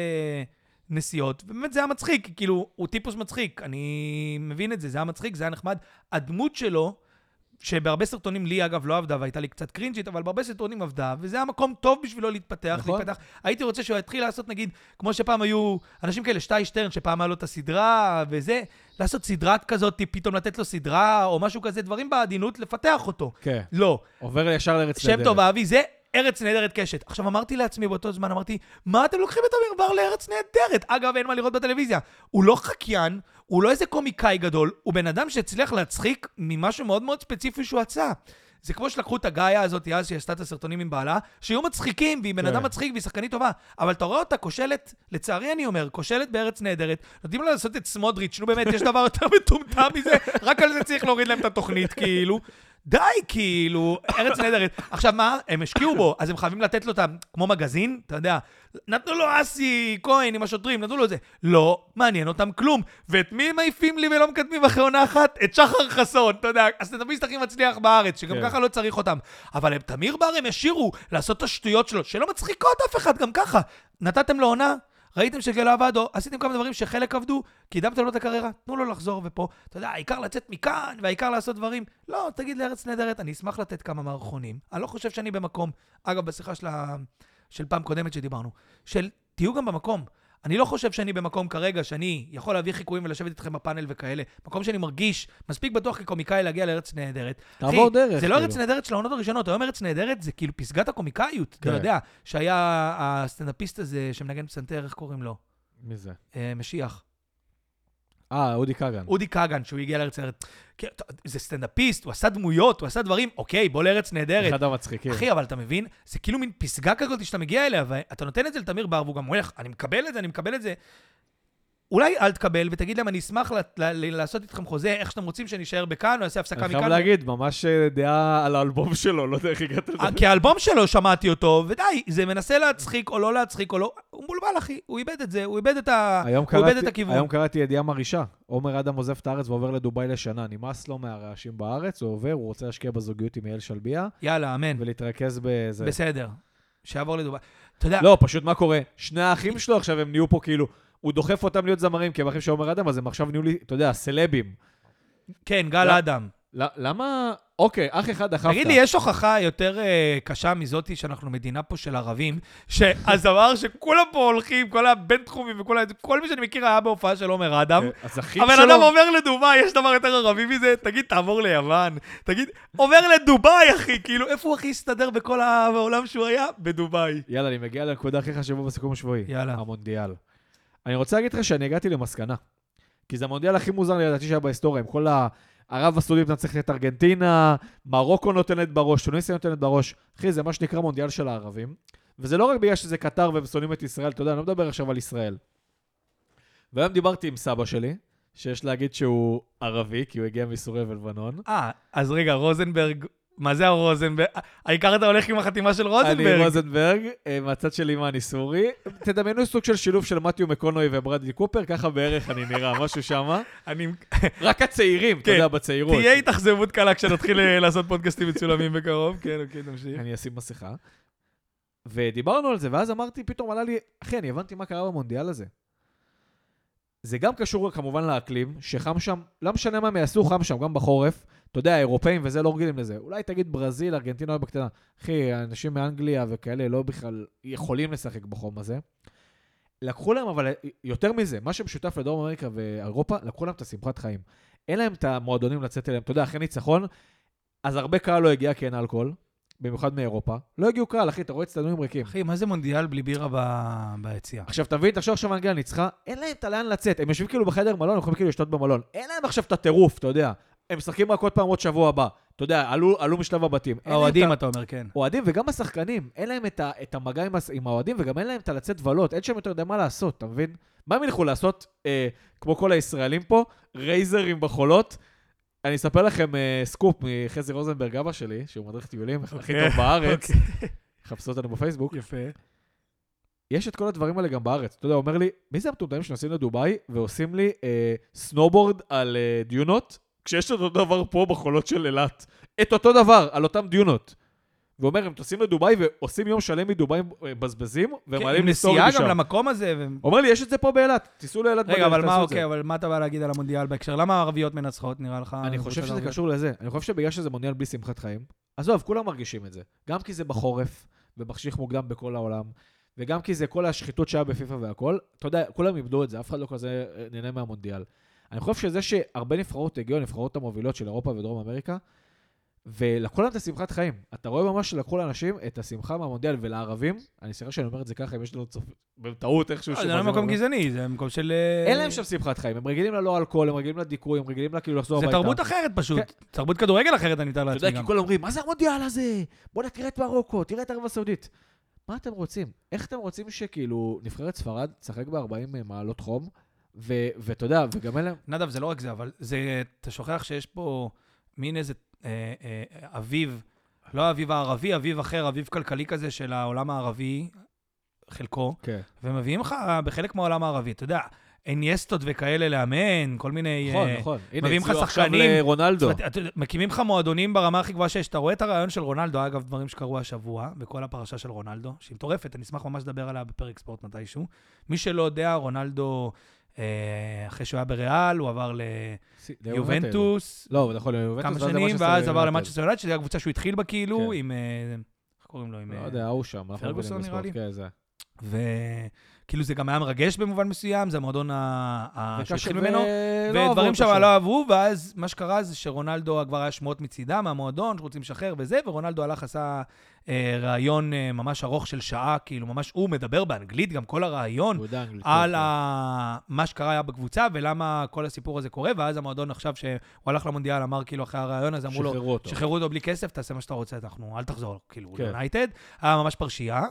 S2: נסיעות, ובאמת זה היה מצחיק, כאילו, הוא טיפוס מצחיק, אני מבין את זה, זה היה מצחיק, זה היה נחמד. הדמות שלו, שבהרבה סרטונים לי, אגב, לא עבדה, והייתה לי קצת קרינג'ית, אבל בהרבה סרטונים עבדה, וזה היה מקום טוב בשבילו להתפתח, נכון. להתפתח. הייתי רוצה שהוא יתחיל לעשות, נגיד, כמו שפעם היו אנשים כאלה, שטי שטרן, שפעם היה לו את הסדרה, וזה, לעשות סדרת כזאת, פתאום לתת לו סדרה, או משהו כזה, דברים בעדינות, לפתח אותו.
S1: כן.
S2: לא.
S1: עובר ישר לארץ נהדרת.
S2: שם טוב אבי, זה ארץ נהדרת קשת. עכשיו אמרתי לעצמי באותו זמן, אמרתי, מה אתם לוקחים את תמיר בר לארץ נהדרת? אגב, אין מה לראות בטלוויזיה. הוא לא חקיין, הוא לא איזה קומיקאי גדול, הוא בן אדם שהצליח להצחיק ממשהו מאוד מאוד ספציפי שהוא עשה. זה כמו שלקחו את הגאיה הזאת, אז שהיא עשתה את הסרטונים עם בעלה, שיהיו מצחיקים, והיא בן אדם מצחיק והיא שחקנית טובה. אבל אתה רואה אותה כושלת, לצערי אני אומר, כושלת בארץ נהדרת, נותנים לה לעשות את סמודריץ', נו באמת, יש דבר יותר מטומטם מזה, רק על זה צריך להוריד להם את התוכנית, כאילו. די, כאילו, ארץ נהדרת. עכשיו מה? הם השקיעו בו, אז הם חייבים לתת לו אותם, כמו מגזין, אתה יודע, נתנו לו אסי, כהן עם השוטרים, נתנו לו זה. לא, מעניין אותם כלום. ואת מי הם מעיפים לי ולא מקדמים אחרי עונה אחת? את שחר חסון, אתה יודע, הסטנדאפיסט הכי מצליח בארץ, שגם ככה לא צריך אותם. אבל תמיר בר הם השאירו לעשות את השטויות שלו, שלא מצחיקות אף אחד, גם ככה. נתתם לו עונה, ראיתם שגלו עבד, או עשיתם כמה דברים שחלק עבדו, קידמתם לו את הקריירה, תנו לו לחזור ופה. אתה יודע, העיקר לצאת מכאן, והעיקר לעשות דברים. לא, תגיד לארץ נהדרת, אני אשמח לתת כמה מערכונים. אני לא חושב שאני במקום, אגב, בשיחה של, ה... של פעם קודמת שדיברנו, של תהיו גם במקום. אני לא חושב שאני במקום כרגע, שאני יכול להביא חיקויים ולשבת איתכם בפאנל וכאלה. מקום שאני מרגיש מספיק בטוח כקומיקאי להגיע לארץ נהדרת.
S1: תעבור דרך.
S2: זה לא ארץ נהדרת של העונות הראשונות, היום ארץ נהדרת זה כאילו פסגת הקומיקאיות. אתה יודע, שהיה הסטנדאפיסט הזה שמנגן פסנתר, איך קוראים לו?
S1: מי זה?
S2: משיח.
S1: אה, אודי קאגן.
S2: אודי קאגן, שהוא הגיע לארץ נהדרת. זה סטנדאפיסט, הוא עשה דמויות, הוא עשה דברים, אוקיי, בוא לארץ נהדרת.
S1: אחד המצחיקים.
S2: אחי, אבל אתה מבין? זה כאילו מין פסגה כזאת שאתה מגיע אליה, ואתה נותן את זה לתמיר בר, והוא גם הולך, אני מקבל את זה, אני מקבל את זה. אולי אל תקבל, ותגיד להם, אני אשמח לעשות איתכם חוזה, איך שאתם רוצים שאני אשאר בכאן, או אעשה הפסקה מכאן.
S1: אני חייב להגיד, ממש דעה על האלבום שלו, לא יודע איך הגעת לזה.
S2: כי האלבום שלו שמעתי אותו, ודי, זה מנסה להצחיק או לא להצחיק, או לא... הוא מולבל, אחי, הוא איבד את זה, הוא איבד את הכיוון.
S1: היום קראתי ידיעה מרעישה. עומר אדם עוזב את הארץ ועובר לדוביי לשנה. נמאס לו מהרעשים בארץ, הוא עובר, הוא רוצה להשקיע בזוגיות עם יעל שלביה.
S2: יאללה, אמן.
S1: ולהתרכז בזה.
S2: בסדר. שיעבור לדוביי. אתה יודע...
S1: לא, פשוט מה קורה? שני האחים שלו עכשיו הם נהיו פה כאילו, הוא דוחף אותם להיות זמרים, כי הם אחים של עומר אדם, אז הם עכשיו נהיו לי, אתה יודע, סלבים.
S2: כן, גל אדם.
S1: למה? אוקיי, אח אחד דחפת.
S2: תגיד לי, יש הוכחה יותר קשה מזאתי שאנחנו מדינה פה של ערבים, שהזמר שכולם פה הולכים, כל הבן תחומים וכל מי שאני מכיר היה בהופעה של עומר אדם, אבל אדם עובר לדובאי, יש דבר יותר ערבי מזה, תגיד, תעבור ליוון, תגיד, עובר לדובאי, אחי, כאילו, איפה הוא הכי הסתדר בכל העולם שהוא היה? בדובאי.
S1: יאללה, אני מגיע לנקודה הכי חשובה בסיכום השבועי.
S2: יאללה.
S1: המונדיאל. אני רוצה להגיד לך שאני הגעתי למסקנה, כי זה המונדיאל הכי מוזר לדעתי שהיה בהיסטוריה, עם כל הערב הסעודית נצח את ארגנטינה, מרוקו נותנת בראש, טוניסיה נותנת בראש. אחי, זה מה שנקרא מונדיאל של הערבים, וזה לא רק בגלל שזה קטר והם שונאים את ישראל, אתה יודע, אני לא מדבר עכשיו על ישראל. והיום דיברתי עם סבא שלי, שיש להגיד שהוא ערבי, כי הוא הגיע מסוריה ולבנון.
S2: אה, אז רגע, רוזנברג מה זה הרוזנברג? העיקר אתה הולך עם החתימה של רוזנברג.
S1: אני רוזנברג, מהצד של אימא אני סורי. תדמיינו סוג של שילוב של מתיו מקונוי וברדלי קופר, ככה בערך אני נראה, משהו שמה.
S2: אני...
S1: רק הצעירים, אתה יודע, בצעירות.
S2: תהיה התאכזבות קלה כשנתחיל לעשות פודקאסטים מצולמים בקרוב. כן, אוקיי, תמשיך.
S1: אני אשים מסכה. ודיברנו על זה, ואז אמרתי, פתאום עלה לי, אחי, אני הבנתי מה קרה במונדיאל הזה. זה גם קשור כמובן לאקלים, שחם שם, לא משנה מה הם יעשו, חם שם, גם בחורף. אתה יודע, האירופאים וזה לא רגילים לזה. אולי תגיד ברזיל, ארגנטינה או בקטנה. אחי, האנשים מאנגליה וכאלה לא בכלל יכולים לשחק בחום הזה. לקחו להם, אבל יותר מזה, מה שמשותף לדרום אמריקה ואירופה, לקחו להם את השמחת חיים. אין להם את המועדונים לצאת אליהם. אתה יודע, אחרי ניצחון, אז הרבה קהל לא הגיע כי אין אלכוהול, במיוחד מאירופה. לא הגיעו קהל, אחי, אתה רואה צטדיונים ריקים.
S2: אחי, מה זה מונדיאל בלי בירה ביציאה?
S1: עכשיו, תבין, תחשוב עכשיו אנגליה ניצחה, אין להם את לאן לצאת. הם יושבים כאילו בחדר מלון, הם יכולים כאילו לשתות במלון. אין להם עכשיו את הטירוף, אתה יודע. הם משחקים רק עוד פעם עוד שבוע הבא. אתה יודע, עלו, עלו משלב הבתים.
S2: האוהדים, אתה אומר, כן.
S1: אוהדים, וגם השחקנים, אין להם את, ה, את המגע עם, עם האוהדים, וגם אין להם את הלצאת ולות. אין שם יותר יודע מה לעשות, אתה מבין? מה הם ילכו לעשות, אה, כמו כל הישראלים פה, רייזרים בחולות? אני אספר לכם אה, סקופ מחזי רוזנברג, אבא שלי, שהוא מדריך טיולים, okay. הכי טוב בארץ. Okay. חפשו אותנו בפייסבוק.
S2: יפה.
S1: יש את כל הדברים האלה גם בארץ. אתה יודע, הוא אומר לי, מי זה המטומטמים שנוסעים לדובאי, ועושים לי אה, סנובורד על אה, דיונות, כשיש את אותו דבר פה בחולות של אילת. את אותו דבר, על אותם דיונות. ואומר, הם טוסים לדובאי ועושים יום שלם מדובאי בזבזים, ומעלים לסטורי משם.
S2: נסיעה גם למקום הזה.
S1: אומר לי, יש את זה פה באילת, תיסעו לאילת בדרך,
S2: רגע, אבל מה, אוקיי, אבל מה אתה בא להגיד על המונדיאל בהקשר? למה הערביות מנצחות, נראה לך?
S1: אני חושב שזה קשור לזה. אני חושב שבגלל שזה מונדיאל בלי שמחת חיים, עזוב, כולם מרגישים את זה. גם כי זה בחורף, ובחשיך מוקדם בכל העולם, וגם כי זה כל השחיתות שהיה בפיפה והכל, אתה יודע, כולם איבדו את זה, אף אחד לא כזה נהנה מהמונדיאל. אני חושב שזה שהרבה נבחרות הגיעו, נבחרות המובילות של אירופה ודרום אמריקה, ולקחו להם את השמחת חיים. אתה רואה ממש שלקחו לאנשים את השמחה מהמונדיאל, ולערבים, אני סליחה שאני אומר את זה ככה, אם יש לנו בטעות איכשהו...
S2: זה לא מקום גזעני, זה מקום של...
S1: אין להם שם שמחת חיים, הם רגילים ללא אלכוהול, הם רגילים לדיכוי, הם רגילים לה כאילו לחזור הביתה.
S2: זה תרבות אחרת פשוט, תרבות כדורגל אחרת, אני מתאר לעצמי גם.
S1: אתה יודע, כי כולם אומרים, מה זה המונדיאל הזה? בוא תראה את מרוקו, תראה את ערב הסעודית. מה אתם רוצים? איך אתם רוצים שכאילו נבחרת ספרד תשחק ב-ארבעים מעלות חום, ואתה יודע, וגם אלה...
S2: נדב, זה לא רק זה, אבל אתה שוכח שיש פה מין איזה אביב, לא אביב הערבי, אביב אחר, אביב כלכלי כזה של העולם הערבי, חלקו, ומביאים לך בחלק מהעולם הערבי, אתה יודע, אינייסטות וכאלה לאמן, כל מיני...
S1: נכון, נכון.
S2: מביאים לך שחקנים.
S1: רונלדו.
S2: מקימים לך מועדונים ברמה הכי גבוהה שיש. אתה רואה את הרעיון של רונלדו, אגב, דברים שקרו השבוע, בכל הפרשה של רונלדו, שהיא מטורפת, אני אשמח ממש לדבר עליה בפרק ספורט מתישהו. מי שלא יודע, רונלדו, אחרי שהוא היה בריאל, הוא עבר ליובנטוס.
S1: לא, הוא יכול ליובנטוס.
S2: כמה שנים, ואז עבר למנצ'סטר יונייטד, שזו הקבוצה שהוא התחיל בה כאילו, עם... איך קוראים לו?
S1: לא יודע, הוא שם.
S2: פרגוסון נראה לי. וכאילו זה גם היה מרגש במובן מסוים, זה המועדון שהתחיל ממנו, ודברים שם לא אהבו, ואז מה שקרה זה שרונלדו כבר היה שמועות מצידה מהמועדון, שרוצים לשחרר וזה, ורונלדו הלך עשה רעיון ממש ארוך של שעה, כאילו ממש הוא מדבר באנגלית, גם כל הרעיון, על מה שקרה היה בקבוצה, ולמה כל הסיפור הזה קורה, ואז המועדון עכשיו שהוא הלך למונדיאל, אמר כאילו אחרי הרעיון, אז אמרו לו, שחררו אותו בלי כסף, תעשה מה שאתה רוצה, אנחנו, אל תחזור, כאילו, יונייטד, היה ממש פרשייה.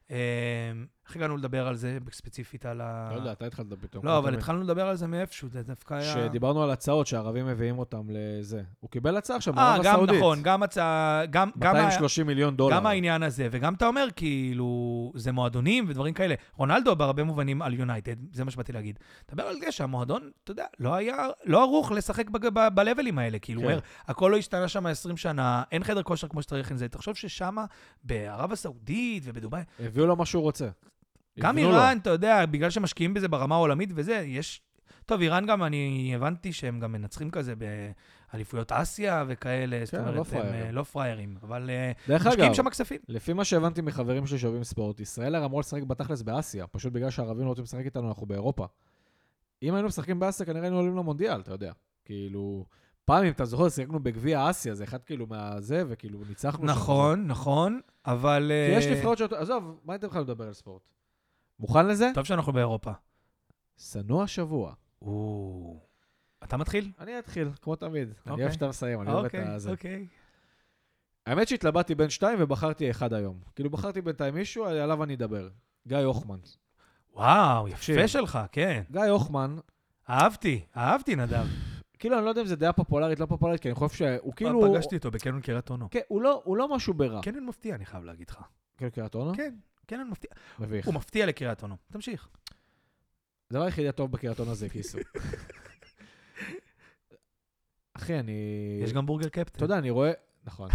S2: איך הגענו לדבר על זה ספציפית על ה...
S1: לא יודע, אתה התחלת לדבר פתאום.
S2: לא, אבל התחלנו לדבר על זה מאיפשהו, זה דווקא היה...
S1: שדיברנו על הצעות שהערבים מביאים אותם לזה. הוא קיבל הצעה עכשיו
S2: מערב הסעודית. אה, גם נכון, גם הצעה...
S1: מאתיים ושלושים מיליון דולר.
S2: גם העניין הזה, וגם אתה אומר, כאילו, זה מועדונים ודברים כאלה. רונלדו בהרבה מובנים על יונייטד, זה מה שבאתי להגיד. תדבר על זה שהמועדון, אתה יודע, לא היה, לא ערוך לשחק בלבלים האלה, כאילו, אומר, הכל לא השתנה שם עשרים שנה, אין חדר כושר כמו שצריך עם זה. תחשוב ששם, בערב הסעודית ובדובאי,
S1: הביאו לו מה שהוא רוצה.
S2: גם איראן, אתה יודע, בגלל שמשקיעים בזה ברמה העולמית וזה, יש... טוב, איראן גם, אני הבנתי שהם גם מנצחים כזה באליפויות אסיה וכאלה, זאת אומרת, הם לא פריירים, אבל משקיעים שם כספים.
S1: לפי מה שהבנתי מחברים ששווים ספורט, ישראל הרמול לשחק בתכלס באסיה, פשוט בגלל שהערבים לא רוצים לשחק איתנו, אנחנו באירופה. אם היינו משחקים באסיה, כנראה היינו עולים למונדיאל, אתה יודע. כאילו, פעם אם אתה זוכר, שיחקנו בגביע אסיה, זה אחד כאילו מהזה, וכאילו ניצחנו.
S2: נכון, נכון, אבל...
S1: כי יש נבחרות שאותו... עזוב, מה הייתם יכולים לדבר על ספורט? מוכן לזה?
S2: טוב שאנחנו באירופה.
S1: סנוע שבוע.
S2: אתה מתחיל?
S1: אני אתחיל, כמו תמיד. אני אוהב שאתה מסיים, אני אוהב את הזה.
S2: אוקיי.
S1: האמת שהתלבטתי בין שתיים ובחרתי אחד היום. כאילו בחרתי בינתיים מישהו, עליו אני אדבר. גיא אוחמן.
S2: וואו, יפה שלך, כן.
S1: גיא אוחמן.
S2: אהבתי, אהבתי נדב.
S1: כאילו, אני לא יודע אם זה דעה פופולרית, לא פופולרית, כי אני חושב שהוא כאילו...
S2: פגשתי אותו בקניון קריית אונו.
S1: כן, הוא לא, הוא לא משהו ברע.
S2: קניון מפתיע, אני חייב להגיד לך.
S1: קניון קריית אונו?
S2: כן, קניון מפתיע.
S1: מביך.
S2: הוא מפתיע לקריית אונו. תמשיך.
S1: הדבר היחידי הטוב בקריית אונו זה כיסו. אחי, אני...
S2: יש גם בורגר קפטן.
S1: אתה יודע, אני רואה... נכון.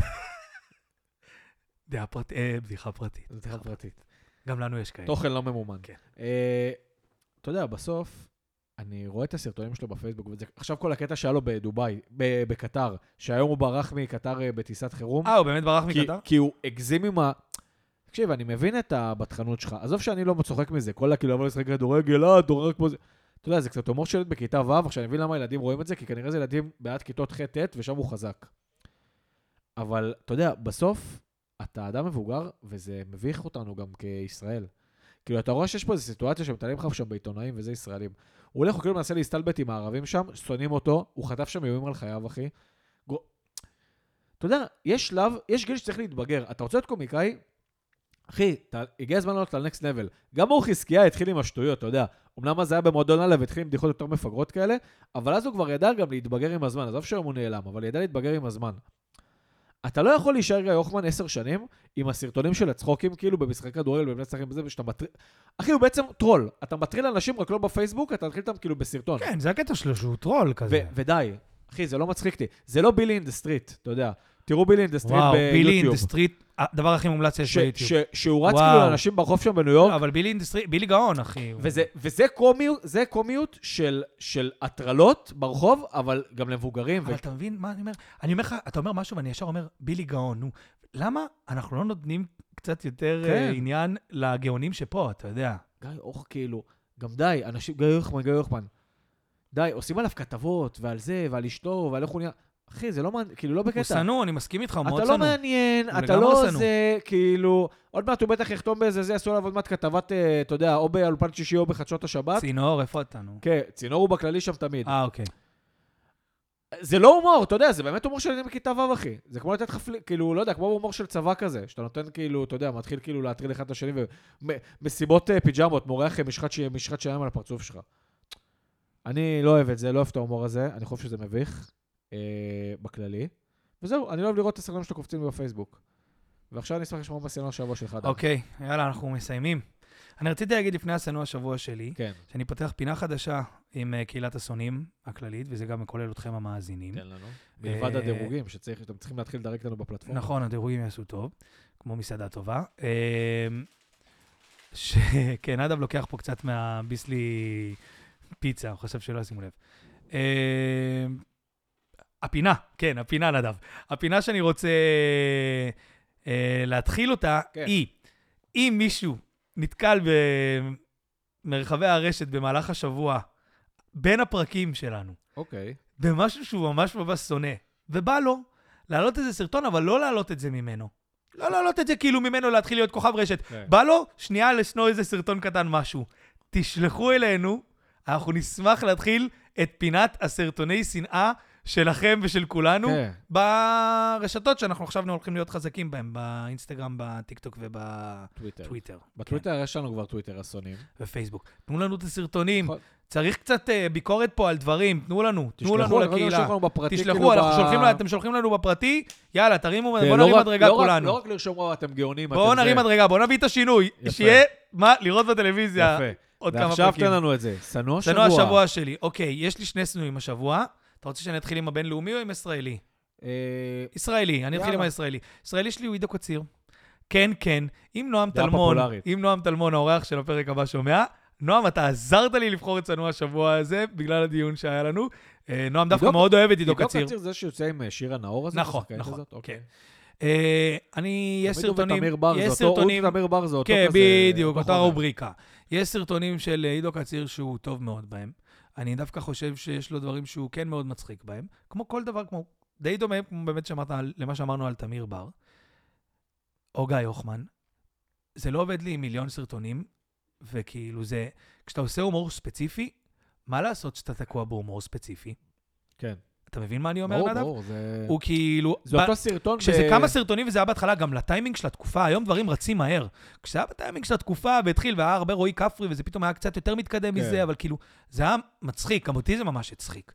S2: דעה פרטית, אה, בדיחה פרטית.
S1: זו בדיחה פרטית.
S2: גם לנו יש כאלה.
S1: תוכן לא ממומן.
S2: כן.
S1: אה, אתה יודע, בסוף, אני רואה את הסרטונים שלו בפייסבוק, וזה, עכשיו כל הקטע שהיה לו בדוביי, ב- בקטר, שהיום הוא ברח מקטר אה, בטיסת חירום.
S2: אה, הוא באמת ברח
S1: כי,
S2: מקטר?
S1: כי הוא הגזים עם ה... תקשיב, אני מבין את הבטחנות שלך. עזוב שאני לא מצוחק מזה, כל כאילו, אבל לשחק כדורגל, אה, אתה רואה כמו זה. אתה יודע, זה קצת הומור שילד בכיתה ו', עכשיו אני מבין למה ילדים רואים את זה, כי כנראה זה ילדים בעד כיתות ח'-ט', ושם הוא חזק. אבל, אתה יודע, בסוף, אתה אדם מבוגר, וזה מביך אותנו גם כישראל. כאילו, אתה רואה שיש פה איזו סיטואציה שמתעלים לך שם בעיתונאים, וזה ישראלים. הוא הולך, הוא כאילו מנסה להסתלבט עם הערבים שם, שונאים אותו, הוא חטף שם איומים על חייו, אחי. גו... אתה יודע, יש שלב, יש גיל שצריך להתבגר. אתה רוצה להיות קומיקאי? אחי, אתה, הגיע הזמן לעלות לנקסט לבל. גם הוא חזקיה התחיל עם השטויות, אתה יודע. אמנם זה היה במועדון הלב, התחיל עם בדיחות יותר מפגרות כאלה, אבל אז הוא כבר ידע גם להתבגר עם הזמן. עזוב שהיום הוא נעלם, אבל ידע להתבגר עם הזמן. אתה לא יכול להישאר גיא יוחמן עשר שנים עם הסרטונים של הצחוקים, כאילו במשחק כדורגל, במבנה צחקים בזה, ושאתה מטריל... אחי, הוא בעצם טרול. אתה מטריל אנשים רק לא בפייסבוק, אתה מתחיל אותם כאילו בסרטון.
S2: כן, זה הקטע שלו שהוא טרול כזה.
S1: ו- ודי. אחי, זה לא מצחיק אותי. זה לא בילי אין דה סטריט, אתה יודע. תראו בילי אין דה סטריט
S2: וואו,
S1: ביוטיוב.
S2: בילי אין דה סטריט, הדבר הכי מומלץ יש
S1: ש-
S2: ביוטיוב.
S1: ש- שהוא רץ
S2: וואו.
S1: כאילו לאנשים ברחוב שם בניו יורק,
S2: אבל בילי אין דה סטריט, בילי גאון, אחי.
S1: וזה, וזה קומיות, זה קומיות של, של הטרלות ברחוב, אבל גם למבוגרים.
S2: אבל
S1: ו...
S2: אתה מבין מה אני אומר? אני אומר לך, אתה אומר משהו ואני ישר אומר, בילי גאון, נו. למה אנחנו לא נותנים קצת יותר
S1: כן.
S2: אה, עניין לגאונים שפה, אתה יודע?
S1: גיא אוח כאילו, גם די, אנשים, גיא יוחמן, גיא יוחמן. די, עושים עליו כתבות, ועל זה, ועל אשתו, ועל איך הוא נהיה. אחי, זה לא מעניין, כאילו לא בקטע.
S2: הוא שנוא, אני מסכים איתך, הוא מאוד
S1: אתה
S2: שנוא.
S1: לא מעניין,
S2: הוא
S1: אתה
S2: לגמרי
S1: לא
S2: שנוא.
S1: זה, כאילו, עוד מעט הוא בטח יחתום באיזה זה, עשו עליו עוד מעט כתבת, אה, אתה יודע, או באולפן שישי או בחדשות השבת.
S2: צינור, איפה אתה, נו?
S1: כן, צינור הוא בכללי שם תמיד.
S2: אה, אוקיי.
S1: זה לא הומור, אתה יודע, זה באמת הומור של ילדים בכיתה ו' אחי. זה כמו לתת חפלי, כאילו, לא יודע, כמו הומור של צבא כזה, שאתה נותן כאילו, אתה יודע, מתחיל כאילו להטריל אחד את השני, ומסיבות פיג'מות, מורח משחת ש... משחת שלהם על הפרצוף שלך. אני לא אוהב את זה, לא אוהב את ההומור הזה, אני חושב שזה מביך, אה, בכללי. וזהו, אני לא אוהב לראות את הסרטונים שאתה קופצים בפייסבוק. ועכשיו אני אשמח לשמוע בסצנה השבוע שלך.
S2: אוקיי, יאללה, אנחנו מסיימים. אני רציתי להגיד לפני הסצנה השבוע שלי,
S1: כן.
S2: שאני פותח פינה חדשה עם uh, קהילת השונאים הכללית, וזה גם כולל אתכם המאזינים.
S1: תן לנו. מלבד הדירוגים, שאתם צריכים להתחיל לדרג לנו בפלטפורמה.
S2: נכון, הדירוגים יעשו טוב, כמו מסעדה טובה. כן, אדם לוקח פה קצת מהביסלי פיצה, הוא חושב שלא ישימו לב. הפינה, כן, הפינה נדב. הפינה שאני רוצה להתחיל אותה היא, אם מישהו נתקל במרחבי הרשת במהלך השבוע, בין הפרקים שלנו,
S1: אוקיי.
S2: במשהו שהוא ממש ממש שונא, ובא לו להעלות איזה סרטון, אבל לא להעלות את זה ממנו. לא להעלות את זה כאילו ממנו להתחיל להיות כוכב רשת.
S1: כן.
S2: בא לו שנייה לשנוא איזה סרטון קטן משהו. תשלחו אלינו, אנחנו נשמח להתחיל את פינת הסרטוני שנאה שלכם ושל כולנו,
S1: כן.
S2: ברשתות שאנחנו עכשיו הולכים להיות חזקים בהם, באינסטגרם, בטיקטוק ובטוויטר.
S1: בטוויטר יש לנו כבר טוויטר אסונים.
S2: ופייסבוק. תנו לנו את הסרטונים.
S1: נכון.
S2: צריך קצת uh, ביקורת פה על דברים, תנו לנו, תנו לנו לקהילה.
S1: תשלחו, בפרטי,
S2: תשלחו,
S1: כאילו
S2: אנחנו
S1: ב...
S2: שולחים, אתם שולחים לנו בפרטי, יאללה, תרימו,
S1: כן,
S2: בוא
S1: לא
S2: נרים
S1: רק,
S2: מדרגה
S1: לא
S2: כולנו.
S1: רק, לא רק לרשום, אתם גאונים,
S2: בואו נרים
S1: זה...
S2: מדרגה, בואו נביא את השינוי,
S1: יפה.
S2: שיהיה מה לראות בטלוויזיה עוד כמה פרקים.
S1: ועכשיו תן לנו את זה, שנוא
S2: שנוא
S1: השבוע.
S2: השבוע שלי, אוקיי, יש לי שני שנואים השבוע, אתה רוצה שאני אתחיל עם הבינלאומי או עם ישראלי?
S1: אה...
S2: ישראלי, אני אתחיל עם הישראלי. ישראלי שלי הוא עידו קציר. כן, כן, אם נועם
S1: דעה
S2: תלמון,
S1: פופולרית.
S2: אם נועם תלמון, האורח של הפרק הבא שומע, נועם, אתה עזרת לי לבחור את צנוע השבוע הזה, בגלל הדיון שהיה לנו. נועם דווקא מאוד אוהב את עידו קציר.
S1: עידו קציר זה שיוצא עם שירה נאור הזה?
S2: נכון, נכון,
S1: כן.
S2: אני, יש
S1: תמיד הוא
S2: סרטונים,
S1: ותמיר בר,
S2: יש
S1: זה אותו,
S2: סרטונים,
S1: הוא ותמיר בר זה אותו
S2: כן,
S1: כזה.
S2: בדיוק, אותה
S1: חומר.
S2: רובריקה. יש סרטונים של עידו קציר שהוא טוב מאוד בהם. אני דווקא חושב שיש לו דברים שהוא כן מאוד מצחיק בהם. כמו כל דבר, כמו די דומה, כמו באמת שאמרת למה שאמרנו על תמיר בר. או גיא יוחמן. זה לא עובד לי עם מיליון סרטונים, וכאילו זה, כשאתה עושה הומור ספציפי, מה לעשות שאתה תקוע בהומור ספציפי?
S1: כן.
S2: אתה מבין מה אני אומר,
S1: ברור,
S2: נדב?
S1: ברור, זה...
S2: הוא כאילו...
S1: זה אותו סרטון...
S2: כשזה כמה סרטונים וזה היה בהתחלה גם לטיימינג של התקופה, היום דברים רצים מהר. כשזה היה בטיימינג של התקופה והתחיל והיה הרבה רועי כפרי וזה פתאום היה קצת יותר מתקדם מזה, אבל כאילו, זה היה מצחיק, גם אותי זה ממש הצחיק.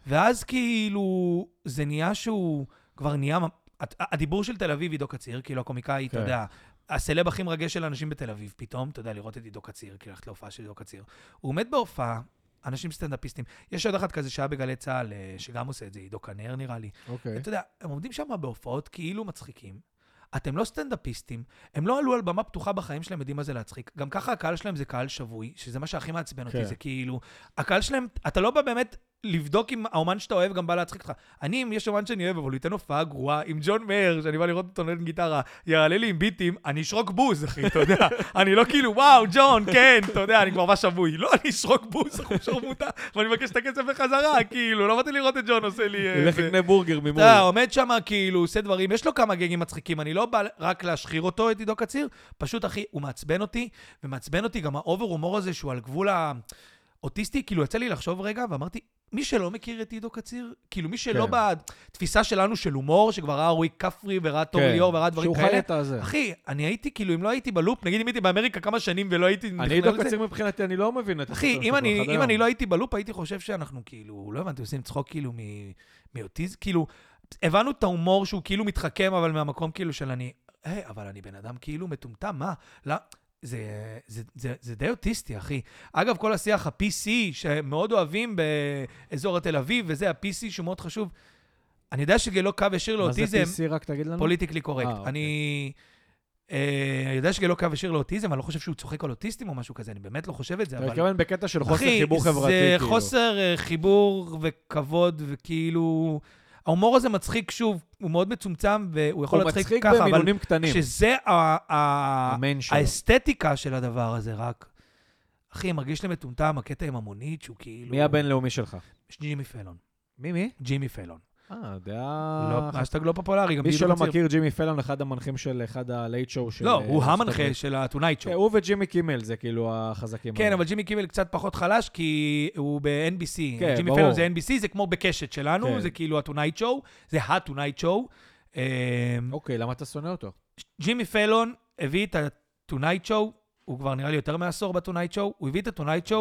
S2: ואז כאילו, זה נהיה שהוא כבר נהיה... הדיבור של תל אביב, עידו קציר, כאילו הקומיקאי, אתה יודע, הסלב הכי מרגש של אנשים בתל אביב, פתאום, אתה יודע, לראות את עידו קציר, כאילו ללכת להופעה של עידו קציר. הוא עומד בהופעה, אנשים סטנדאפיסטים. יש עוד אחד כזה שהיה בגלי צהל, שגם עושה את זה, עידו כנר נראה לי.
S1: אוקיי.
S2: אתה יודע, הם עומדים שם בהופעות כאילו מצחיקים. אתם לא סטנדאפיסטים, הם לא עלו על במה פתוחה בחיים שלהם, יודעים מה זה להצחיק. גם ככה הקהל שלהם זה קהל שבוי, שזה מה שהכי מעצבן אותי, זה כאילו, הקהל שלהם, אתה לא בא באמת לבדוק אם האומן שאתה אוהב גם בא להצחיק אותך. אני, אם יש אומן שאני אוהב, אבל הוא ייתן הופעה גרועה, עם ג'ון מאיר, שאני בא לראות אותו נותן גיטרה, יעלה לי עם ביטים, אני אשרוק בוז, אחי, אתה יודע. אני לא כאילו, וואו, ג'ון, כן, אתה יודע, אני כבר בא שבוי. לא, אני אשרוק בוז, אחו שרמוטה, ואני מבקש את הכסף בחזרה, כאילו, לא באתי לראות את ג'ון עושה לי...
S1: ילך לקנה בורגר ממול.
S2: אתה עומד שם, כאילו, עושה דברים, יש לו כמה גגים מצחיקים, אני לא בא רק להשחיר אותו, את עידו קציר, פשוט, אחי, הוא מעצבן אותי, ומעצבן אותי גם האובר הומור הזה שהוא על גבול האוטיסטי, כאילו, יצא לי לחשוב רגע, ואמרתי, מי שלא מכיר את עידו קציר, כאילו, מי שלא בתפיסה שלנו של הומור, שכבר ראה רועי כפרי וראה תור ליאור וראה דברים כאלה, אחי, אני הייתי, כאילו, אם לא הייתי בלופ, נגיד אם הייתי באמריקה כמה שנים ולא הייתי...
S1: אני עידו קציר מבחינתי, אני לא מבין את זה.
S2: אחי, אם אני לא הייתי בלופ, הייתי חושב שאנחנו, כאילו, לא הבנתי, עושים צחוק, כאילו, מאוטיזם, כאילו, הבנו את ההומור שהוא כאילו מתחכם, אבל מהמקום כאילו של אני, היי, אבל אני בן אדם כאילו מטומטם, מה? לא, זה, זה, זה, זה די אוטיסטי, אחי. אגב, כל השיח ה-פי סי, שמאוד אוהבים באזור התל אביב, וזה ה-פי סי שהוא מאוד חשוב. אני יודע שגלו קו ישיר לאוטיזם...
S1: מה זה פי סי, רק תגיד לנו?
S2: פוליטיקלי קורקט. אני... אני יודע שגלו קו ישיר לאוטיזם, אני לא חושב שהוא צוחק על אוטיסטים או משהו כזה, אני באמת לא חושב את זה, אבל...
S1: אתה מתכוון בקטע של חוסר חיבור חברתי,
S2: כאילו. זה חוסר חיבור וכבוד, וכאילו... ההומור הזה מצחיק שוב, הוא מאוד מצומצם, והוא יכול להצחיק ככה, אבל שזה האסתטיקה של הדבר הזה רק. אחי, מרגיש לי מטומטם, הקטע עם המונית, שהוא כאילו...
S1: מי הבינלאומי שלך?
S2: ג'ימי פלון.
S1: מי מי?
S2: ג'ימי פלון.
S1: אה, דעה...
S2: השטג לא פופולרי.
S1: מי שלא מכיר, ג'ימי פלון, אחד המנחים של אחד הלייט שואו של...
S2: לא, הוא המנחה של הטונייט שואו.
S1: הוא וג'ימי קימל, זה כאילו החזקים.
S2: כן, אבל ג'ימי קימל קצת פחות חלש, כי הוא ב-אן בי סי. ג'ימי פלון זה אן בי סי, זה כמו בקשת שלנו, זה כאילו הטונייט שואו, זה הטונייט שואו.
S1: אוקיי, למה אתה שונא אותו?
S2: ג'ימי פלון הביא את הטונייט שואו, הוא כבר נראה לי יותר מעשור בטונייט שואו, הוא הביא את הטונייט שואו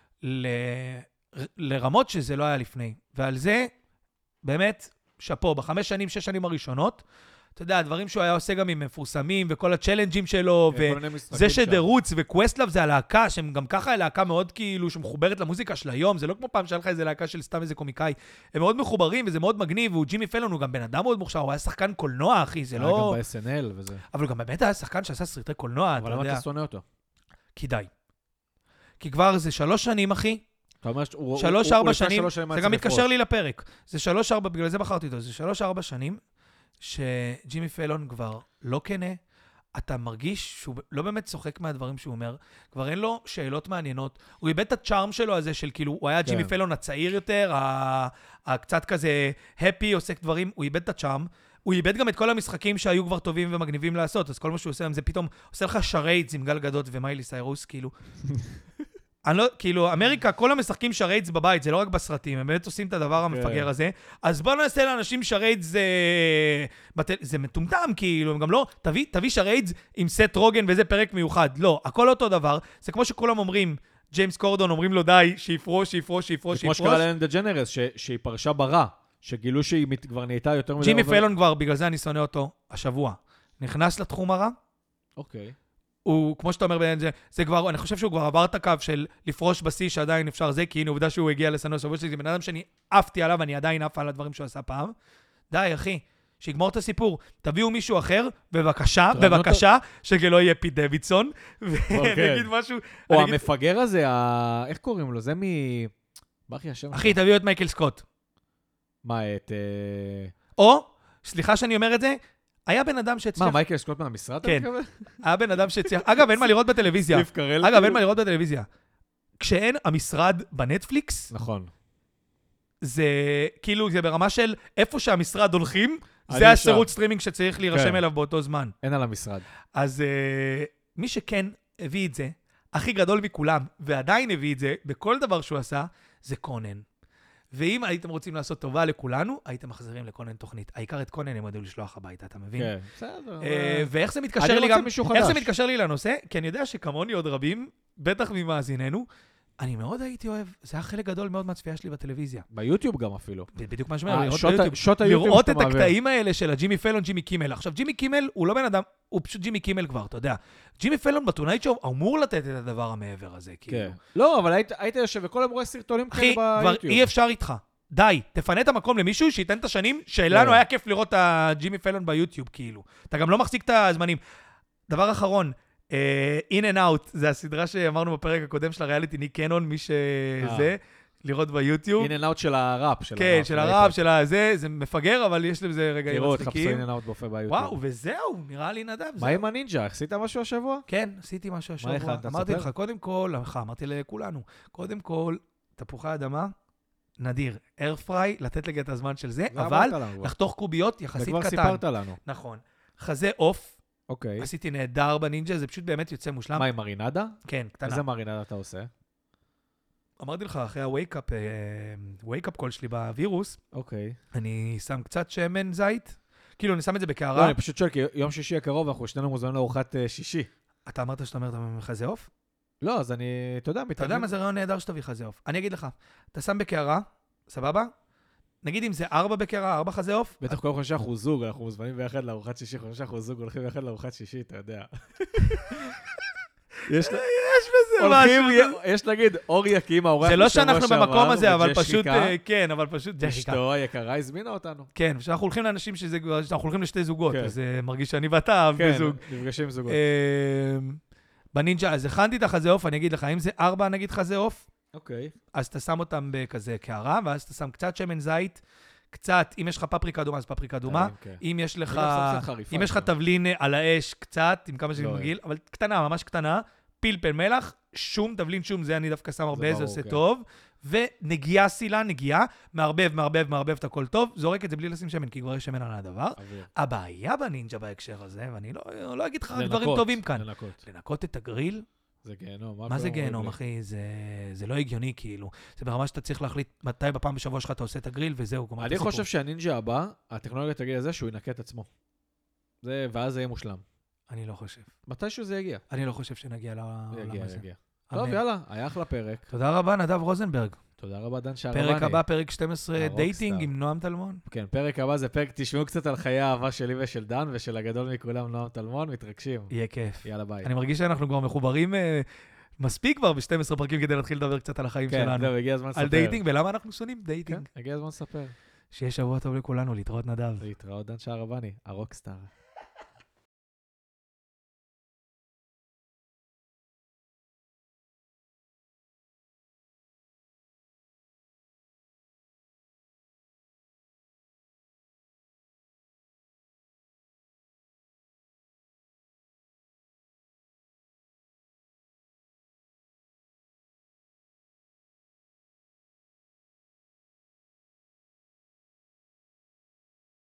S2: לרמות שזה לא היה לפני. ועל זה, באמת, שפו, בחמש שנים, שש שנים הראשונות, אתה יודע, הדברים שהוא היה עושה גם עם מפורסמים, וכל הצ'לנג'ים שלו, וזה שדרוץ וקווסטלאב זה הלהקה, שהם גם ככה הלהקה מאוד כאילו, שמחוברת למוזיקה של היום, זה לא כמו פעם שהיה לך איזה להקה של סתם איזה קומיקאי, הם מאוד מחוברים, וזה מאוד מגניב, והוא ג'ימי פלון, הוא גם בן אדם מאוד מוכשר, הוא היה שחקן קולנוע, אחי, זה לא...
S1: היה גם ב-אס אן אל וזה.
S2: אבל גם באמת היה שחקן שעשה סרטי קולנוע,
S1: אבל למה אתה שונא אותו?
S2: כדאי. כי כבר זה שלוש שנים, אחי, שלוש, ארבע שנים, זה גם מתקשר לי לפרק. זה שלוש, ארבע, בגלל זה בחרתי אותו, זה שלוש, ארבע שנים, שג'ימי פלון כבר לא כנה, אתה מרגיש שהוא לא באמת צוחק מהדברים שהוא אומר, כבר אין לו שאלות מעניינות, הוא איבד את הצ'ארם שלו הזה של כאילו, הוא היה ג'ימי פלון הצעיר יותר, הקצת כזה הפי, עוסק דברים, הוא איבד את הצ'ארם, הוא איבד גם את כל המשחקים שהיו כבר טובים ומגניבים לעשות, אז כל מה שהוא עושה, זה פתאום עושה לך שרייטס עם גל גדות ומיילי סיירוס, כאילו. אני לא, כאילו, אמריקה, כל המשחקים שרייטס בבית, זה לא רק בסרטים, הם באמת עושים את הדבר המפגר הזה, אז בוא נעשה לאנשים שרייטס, זה, זה מטומטם, כאילו, הם גם לא, תביא, תביא שרייטס עם סט רוגן וזה פרק מיוחד, לא, הכל אותו דבר, זה כמו שכולם אומרים, ג'יימס קורדון אומרים לו די, שיפרוש, שיפרוש, שיפרוש, שיפרוש.
S1: כמו שקרה לאלן דה ג'נרס, שהיא פרשה ברע, שגילו שהיא כבר נהייתה יותר מדי...
S2: ג'ימי פלון כבר, בגלל זה אני שונא אותו, השבוע, נכנס לתחום הרע.
S1: אוקיי.
S2: הוא, כמו שאתה אומר, זה, זה כבר, אני חושב שהוא כבר עבר את הקו של לפרוש בשיא שעדיין אפשר זה, כי הנה עובדה שהוא הגיע לסנו השבוע שלי, זה בן אדם שאני עפתי עליו, אני עדיין עף על הדברים שהוא עשה פעם. די, אחי, שיגמור את הסיפור. תביאו מישהו אחר, בבקשה, בבקשה, שגלו יהיה פיט דוידסון, ונגיד משהו...
S1: או המפגר הזה, איך קוראים לו? זה מ...
S2: אחי, תביאו את מייקל סקוט.
S1: מה, את...
S2: או, סליחה שאני אומר את זה, היה בן אדם שהצליח...
S1: מה, מייקל סקוט מהמשרד?
S2: כן. היה בן אדם שהצליח... אגב, אין מה לראות בטלוויזיה. אגב, אין מה לראות בטלוויזיה. כשאין המשרד בנטפליקס...
S1: נכון.
S2: זה כאילו, זה ברמה של איפה שהמשרד הולכים, זה השירות סטרימינג שצריך להירשם אליו באותו זמן.
S1: אין על המשרד.
S2: אז מי שכן הביא את זה, הכי גדול מכולם, ועדיין הביא את זה, בכל דבר שהוא עשה, זה קונן. ואם הייתם רוצים לעשות טובה לכולנו, הייתם מחזירים לקונן תוכנית. העיקר את קונן הם ידעו לשלוח הביתה, אתה מבין?
S1: כן, בסדר.
S2: ואיך זה מתקשר לי גם... איך זה מתקשר לי לנושא? כי אני יודע שכמוני עוד רבים, בטח ממאזיננו, אני מאוד הייתי אוהב, זה היה חלק גדול מאוד מהצפייה שלי בטלוויזיה.
S1: ביוטיוב גם אפילו.
S2: בדיוק מה שאומר, לראות
S1: שוט ה-
S2: ביוטיוב.
S1: שוט היוטיוב
S2: לראות
S1: שאתה
S2: את
S1: מעביר.
S2: הקטעים האלה של הג'ימי פלון, ג'ימי קימל. עכשיו, ג'ימי קימל הוא לא בן אדם, הוא פשוט ג'ימי קימל כבר, אתה יודע. ג'ימי פלון בטונייט שואו אמור לתת את הדבר המעבר הזה, כאילו.
S1: כן. לא, אבל היית- היית יושב וכל היום רואה סרטונים
S2: אחי,
S1: כאלה
S2: כבר
S1: ביוטיוב.
S2: אי אפשר איתך. די, תפנה את המקום למישהו שייתן את השנים שלנו
S1: כן.
S2: היה כיף לראות את הג'ימי פלון ביוטיוב, כאילו. אתה גם לא מחזיק את הזמנים. דבר אחרון, In and Out, זה הסדרה שאמרנו בפרק הקודם של הריאליטי, ניק קנון, מי שזה, לראות ביוטיוב.
S1: In and Out של הראפ. של
S2: כן,
S1: הראפ,
S2: של הראפ, של הזה, זה מפגר, אבל יש לזה רגעים
S1: תראו, תחפשו
S2: מצחיקים.
S1: In and Out בופה ביוטיוב.
S2: וואו, וזהו, נראה לי נדב.
S1: מה
S2: זהו.
S1: עם הנינג'ה? עשית משהו השבוע?
S2: כן, עשיתי משהו השבוע.
S1: הכנת?
S2: אמרתי
S1: תספר.
S2: לך, קודם כל, לך, אמרתי לכולנו, קודם כל, תפוחי אדמה, נדיר, איירפריי, לתת לג את הזמן של זה,
S1: זה
S2: אבל
S1: אמרת לנו כבר.
S2: לחתוך קוביות יחסית
S1: וכבר
S2: קטן.
S1: סיפרת לנו.
S2: נכון. חזה עוף,
S1: אוקיי.
S2: עשיתי נהדר בנינג'ה, זה פשוט באמת יוצא מושלם.
S1: מה עם מרינדה?
S2: כן, קטנה.
S1: איזה מרינדה אתה עושה?
S2: אמרתי לך, אחרי הווייקאפ, ווייקאפ קול שלי בווירוס,
S1: אוקיי.
S2: אני שם קצת שמן זית, כאילו אני שם את זה
S1: לא,
S2: בקערה.
S1: אני פשוט שואל, כי יום שישי הקרוב, אנחנו שנינו מוזמנים לארוחת אה, שישי.
S2: אתה אמרת שאתה אומר, אתה חזה עוף?
S1: לא, אז אני, אתה יודע,
S2: אתה יודע מה זה רעיון נהדר שתביא חזה עוף. אני אגיד לך, אתה שם בקערה, סבבה? נגיד אם זה ארבע בקערה, ארבע חזה עוף,
S1: בטח כל חושב שאנחנו זוג, אנחנו מוזמנים ביחד לארוחת שישי, חושב שאנחנו זוג, הולכים ביחד לארוחת שישי, אתה יודע. יש
S2: יש בזה
S1: הולכים,
S2: משהו.
S1: יש נגיד, אור יקים, האורח
S2: זה לא
S1: בשבוע
S2: שאנחנו
S1: שעבר,
S2: במקום הזה, אבל
S1: וג'סיקה,
S2: פשוט, אה, כן, אבל פשוט ג'סיקה.
S1: אשתו היקרה הזמינה אותנו.
S2: כן, שאנחנו הולכים לאנשים שזה, שאנחנו הולכים לשתי זוגות,
S1: כן.
S2: אז אה, מרגיש שאני ואתה
S1: כן,
S2: בזוג.
S1: נפגשים עם זוגות.
S2: אה, בנינג'ה, אז הכנתי את החזה עוף, אני אגיד לך, אם זה ארבע נגיד חזה עוף,
S1: אוקיי.
S2: אז אתה שם אותם בכזה קערה, ואז אתה שם קצת שמן זית, קצת, אם יש לך פפריקה אדומה, אז פפריקה אדומה.
S1: כן.
S2: אם יש לך,
S1: אני גם שם קצת חריפה,
S2: אם יש לך
S1: אבל.
S2: תבלין על האש קצת, עם כמה שאני
S1: לא
S2: מגעיל, אבל קטנה, ממש קטנה, פלפל מלח, שום, תבלין שום, זה אני דווקא שם הרבה, זה
S1: ברור,
S2: עושה
S1: כן.
S2: טוב. ונגיעה סילה, נגיעה, מערבב, מערבב, מערבב את הכל טוב, זורק את זה בלי לשים שמן, כי כבר יש שמן על הדבר.
S1: אוויר.
S2: הבעיה בנינג'ה בהקשר הזה, ואני לא, לא אגיד לך רק
S1: לנקות,
S2: דברים טובים כאן.
S1: לנקות.
S2: לנקות את הגריל,
S1: זה גיהנום.
S2: מה זה
S1: פתאום
S2: גיהנום,
S1: אומרים
S2: אחי? זה, זה לא הגיוני, כאילו. זה ברמה שאתה צריך להחליט מתי בפעם בשבוע שלך אתה עושה את הגריל, וזהו, גמר
S1: לי?
S2: את
S1: אני
S2: הסיפור.
S1: חושב שהנינג'ה הבא, הטכנולוגיה תגיד לזה שהוא ינקה את עצמו. זה, ואז זה יהיה מושלם.
S2: אני לא חושב.
S1: מתישהו זה יגיע.
S2: אני לא חושב שנגיע לעולם
S1: יגיע,
S2: הזה.
S1: יגיע.
S2: אמן.
S1: טוב, יאללה, היה אחלה פרק.
S2: תודה רבה, נדב רוזנברג.
S1: תודה רבה, דן שערבני.
S2: פרק הבא, פרק שתים עשרה,
S1: הרוקסטאר.
S2: דייטינג עם נועם טלמון.
S1: כן, פרק הבא זה פרק, תשמעו קצת על חיי האהבה שלי ושל דן, ושל הגדול מכולם, נועם טלמון, מתרגשים.
S2: יהיה כיף.
S1: יאללה, ביי.
S2: אני מרגיש שאנחנו כבר מחוברים אה, מספיק כבר ב-שנים עשר פרקים כדי להתחיל לדבר קצת על החיים
S1: כן,
S2: שלנו.
S1: זהו, הגיע הזמן לספר.
S2: על דייטינג, ולמה אנחנו שונאים
S1: כן,
S2: דייטינג.
S1: הגיע הזמן לספר.
S2: שיהיה שבוע טוב לכולנו, להתראות נדב.
S1: להתראות, דן שערבני, הרוקסטאר.